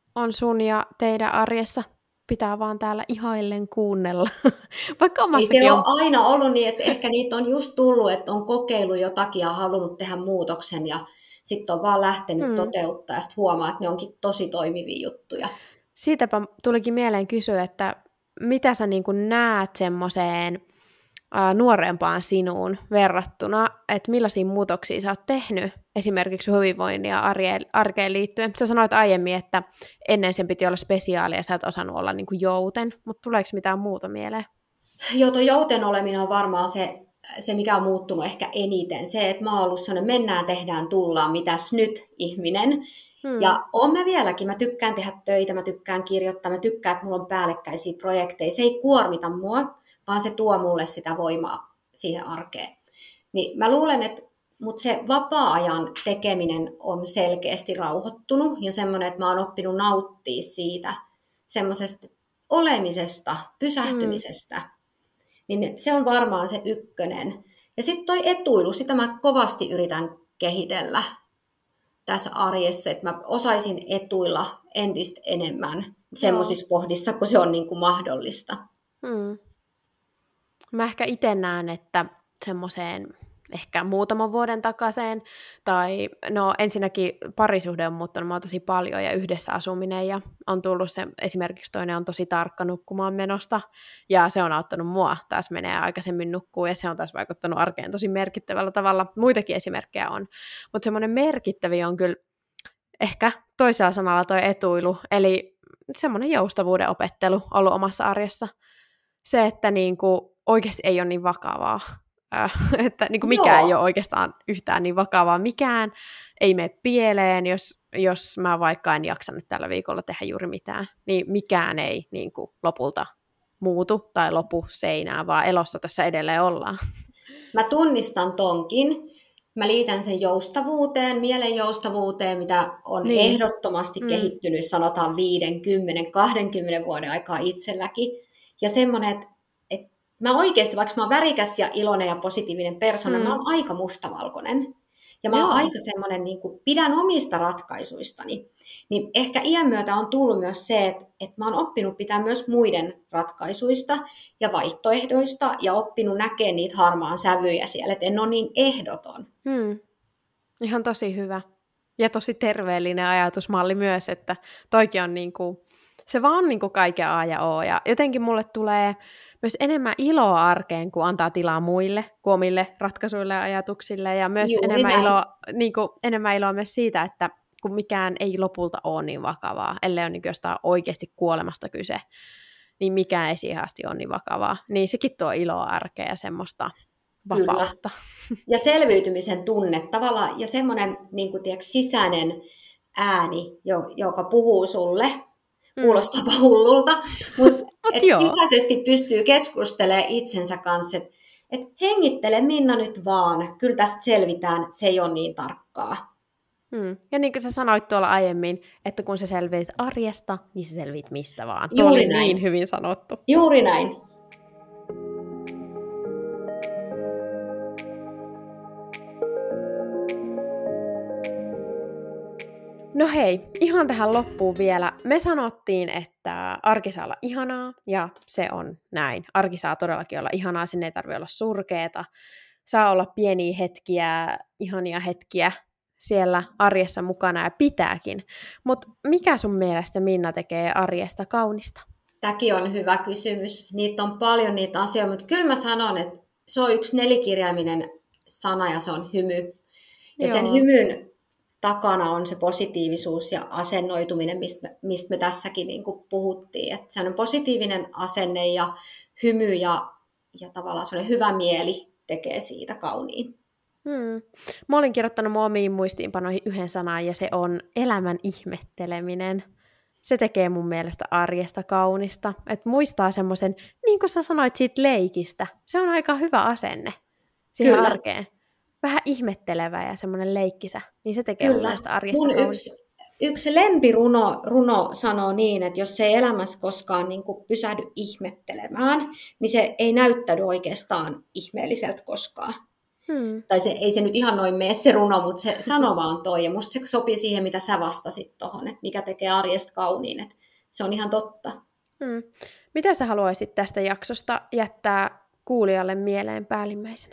on sun ja teidän arjessa? Pitää vaan täällä ihaillen kuunnella. Vaikka Ei omassakin se on. ole aina ollut niin, että ehkä niitä on just tullut, että on kokeillut jotakin ja halunnut tehdä muutoksen ja sitten on vaan lähtenyt Hmm. toteuttaa ja sitten huomaa, että ne onkin tosi toimivia juttuja. Siitäpä tulikin mieleen kysyä, että mitä sä niin kuin näet semmoiseen ää, nuorempaan sinuun verrattuna, että millaisia muutoksia sä oot tehnyt esimerkiksi hyvinvoinnin ja arjeen, arkeen liittyen. Sä sanoit aiemmin, että ennen sen piti olla spesiaalia ja sä et osannut olla niin kuin jouten, mutta tuleeko mitään muuta mieleen? Joo, tuo jouten oleminen on varmaan se, se, mikä on muuttunut ehkä eniten. Se, että mä oon ollut sellainen mennään, tehdään, tullaan, mitäs nyt ihminen. Hmm. Ja oon mä vieläkin, mä tykkään tehdä töitä, mä tykkään kirjoittaa, mä tykkään, että mulla on päällekkäisiä projekteja. Se ei kuormita mua, vaan se tuo mulle sitä voimaa siihen arkeen. Niin mä luulen, että mut se vapaa-ajan tekeminen on selkeästi rauhoittunut ja semmoinen, että mä oon oppinut nauttia siitä semmoisesta olemisesta, pysähtymisestä. Hmm. Niin se on varmaan se ykkönen. Ja sitten toi etuilu, sitä mä kovasti yritän kehitellä tässä arjessa, että mä osaisin etuilla entistä enemmän semmoisissa kohdissa, kun se on niin kuin mahdollista. Hmm. Mä ehkä itse näen, että semmoiseen ehkä muutaman vuoden takaisin, tai no ensinnäkin parisuhde on muuttunut mua tosi paljon ja yhdessä asuminen, ja on tullut se, esimerkiksi toinen on tosi tarkka nukkumaan menosta, ja se on auttanut mua, taas menee aikaisemmin nukkuu, ja se on taas vaikuttanut arkeen tosi merkittävällä tavalla, muitakin esimerkkejä on, mutta semmoinen merkittävi on kyllä ehkä toisella sanalla toi etuilu, eli semmoinen joustavuuden opettelu ollut omassa arjessa, se, että niinku oikeasti ei ole niin vakavaa, Äh, että niin kuin mikään Joo. ei ole oikeastaan yhtään niin vakavaa. Mikään ei mene pieleen, jos, jos mä vaikka en jaksa nyt tällä viikolla tehdä juuri mitään, niin mikään ei niin kuin lopulta muutu tai lopu seinään, vaan elossa tässä edelleen ollaan. Mä tunnistan tonkin. Mä liitän sen joustavuuteen, mielen joustavuuteen, mitä on niin. ehdottomasti mm. kehittynyt, sanotaan viiden, kymmenen, kahdenkymmenen vuoden aikaa itselläkin. Ja semmoinen, että mä oikeasti, vaikka mä oon värikäs ja iloinen ja positiivinen persona, mm. mä oon aika mustavalkoinen. Ja mä Joo. oon aika semmoinen, niin kuin, pidän omista ratkaisuistani. Niin ehkä iän myötä on tullut myös se, että, että mä oon oppinut pitää myös muiden ratkaisuista ja vaihtoehdoista ja oppinut näkemään niitä harmaan sävyjä siellä, että en ole niin ehdoton. Mm. Ihan tosi hyvä. Ja tosi terveellinen ajatusmalli myös, että toikin on niin kuin, se vaan niin kuin kaiken A ja O. Ja jotenkin mulle tulee myös enemmän iloa arkeen, kun antaa tilaa muille, kuin omille ratkaisuille ja ajatuksille. Ja myös enemmän iloa, niin kuin, enemmän iloa myös siitä, että kun mikään ei lopulta ole niin vakavaa, ellei ole niin jostain oikeasti kuolemasta kyse, niin mikään ei siihen asti ole niin vakavaa. Niin sekin tuo iloa arkeen ja semmoista vapautta. Kyllä. Ja selviytymisen tunne tavallaan, ja semmoinen niin kuin, tiedätkö, sisäinen ääni, joka puhuu sulle, kuulostaa mm. hullulta, mutta et sisäisesti pystyy keskustelemaan itsensä kanssa, että et hengittele Minna nyt vaan, kyllä tästä selvitään, se ei ole niin tarkkaa. Hmm. Ja niin kuin sä sanoit tuolla aiemmin, että kun sä selviit arjesta, niin sä selviit mistä vaan. Juuri Tuo oli näin. Niin hyvin sanottu. Juuri näin. No hei, ihan tähän loppuun vielä. Me sanottiin, että arki saa olla ihanaa, ja se on näin. Arki saa todellakin olla ihanaa, sinne ei tarvitse olla surkeeta. Saa olla pieniä hetkiä, ihania hetkiä siellä arjessa mukana, ja pitääkin. Mutta mikä sun mielestä, Minna, tekee arjesta kaunista? Tämäkin on hyvä kysymys. Niitä on paljon niitä asioita, mutta kyllä mä sanon, että se on yksi nelikirjaiminen sana, ja se on hymy. Ja Joo. sen hymyn takana on se positiivisuus ja asennoituminen, mistä, mistä me tässäkin niin kuin puhuttiin. Että se on positiivinen asenne ja hymy ja, ja tavallaan sellainen hyvä mieli tekee siitä kauniin. Hmm. Mä olin kirjoittanut mun omiin muistiinpanoihin yhden sanan, ja se on elämän ihmetteleminen. Se tekee mun mielestä arjesta kaunista. Että muistaa semmoisen, niin kuin sä sanoit siitä leikistä, se on aika hyvä asenne siihen Kyllä. arkeen. Vähän ihmettelevä ja semmoinen leikkisä, niin se tekee Kyllä. mun mielestä arjesta mun yksi, yksi lempiruno runo sanoo niin, että jos se ei elämässä koskaan niin kuin pysähdy ihmettelemään, niin se ei näyttäydy oikeastaan ihmeelliseltä koskaan. Hmm. Tai se, ei se nyt ihan noin mene se runo, mutta se sanoma on toi. Ja musta se sopii siihen, mitä sä vastasit tuohon, että mikä tekee arjesta kauniin. Että se on ihan totta. Hmm. Mitä sä haluaisit tästä jaksosta jättää kuulijalle mieleen päällimmäisenä?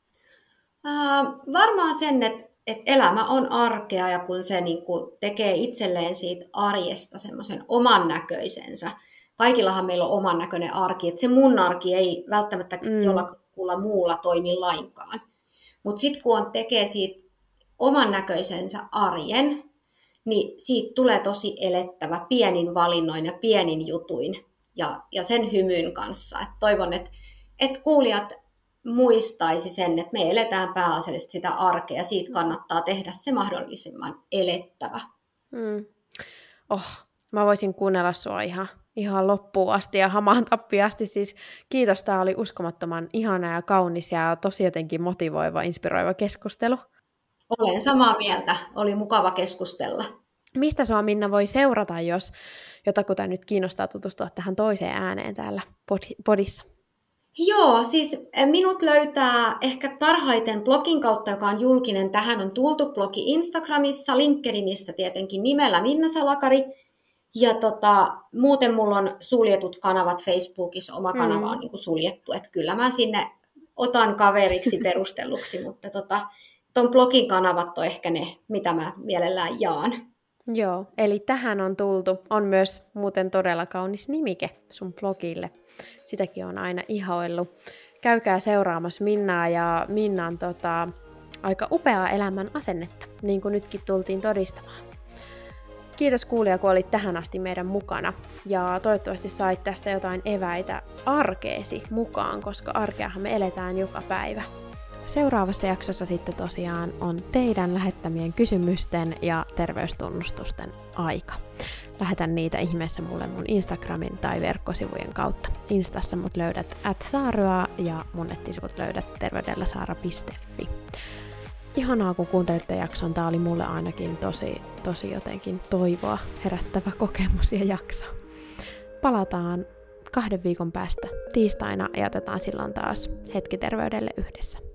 Äh, varmaan sen, että, että elämä on arkea ja kun se niin kuin tekee itselleen siitä arjesta semmoisen oman näköisensä. Kaikillahan meillä on oman näköinen arki, että se mun arki ei välttämättä mm. jollakulla muulla toimi lainkaan. Mutta sitten kun on tekee siitä oman näköisensä arjen, niin siitä tulee tosi elettävä pienin valinnoin ja pienin jutuin ja, ja sen hymyn kanssa. Et toivon, että et kuulijat muistaisi sen, että me eletään pääasiallisesti sitä arkea ja siitä kannattaa tehdä se mahdollisimman elettävä. Mm. Oh, mä voisin kuunnella sua ihan, ihan loppuun asti ja hamaan tappiin asti. Siis kiitos, tää oli uskomattoman ihana ja kaunis ja tosi jotenkin motivoiva, inspiroiva keskustelu. Olen samaa mieltä. Oli mukava keskustella. Mistä sua, Minna, voi seurata, jos jotakuta nyt kiinnostaa tutustua tähän toiseen ääneen täällä podissa? Joo, siis minut löytää ehkä parhaiten blogin kautta, joka on julkinen. Tähän on tultu blogi Instagramissa, LinkedInistä tietenkin nimellä Minna Salakari. Ja tota, muuten mulla on suljetut kanavat Facebookissa, oma kanava on mm. niin kuin suljettu, että kyllä mä sinne otan kaveriksi perustelluksi, mutta tota, ton blogin kanavat on ehkä ne, mitä mä mielellään jaan. Joo, eli tähän on tultu. On myös muuten todella kaunis nimike sun blogille. Sitäkin on aina ihaillut. Käykää seuraamassa Minnaa ja Minnan tota, aika upeaa elämän asennetta, niin kuin nytkin tultiin todistamaan. Kiitos kuulija, kun olit tähän asti meidän mukana. Ja toivottavasti sait tästä jotain eväitä arkeesi mukaan, koska arkeahan me eletään joka päivä. Seuraavassa jaksossa sitten tosiaan on teidän lähettämien kysymysten ja terveystunnustusten aika. Lähetän niitä ihmeessä mulle mun Instagramin tai verkkosivujen kautta. Instassa mut löydät at saaryoa ja mun nettisivut löydät terveydelläsaara piste fi. Ihanaa, kun kuuntelitte jakson. Tää oli mulle ainakin tosi, tosi jotenkin toivoa herättävä kokemus ja jakso. Palataan kahden viikon päästä tiistaina ja otetaan silloin taas hetki terveydelle yhdessä.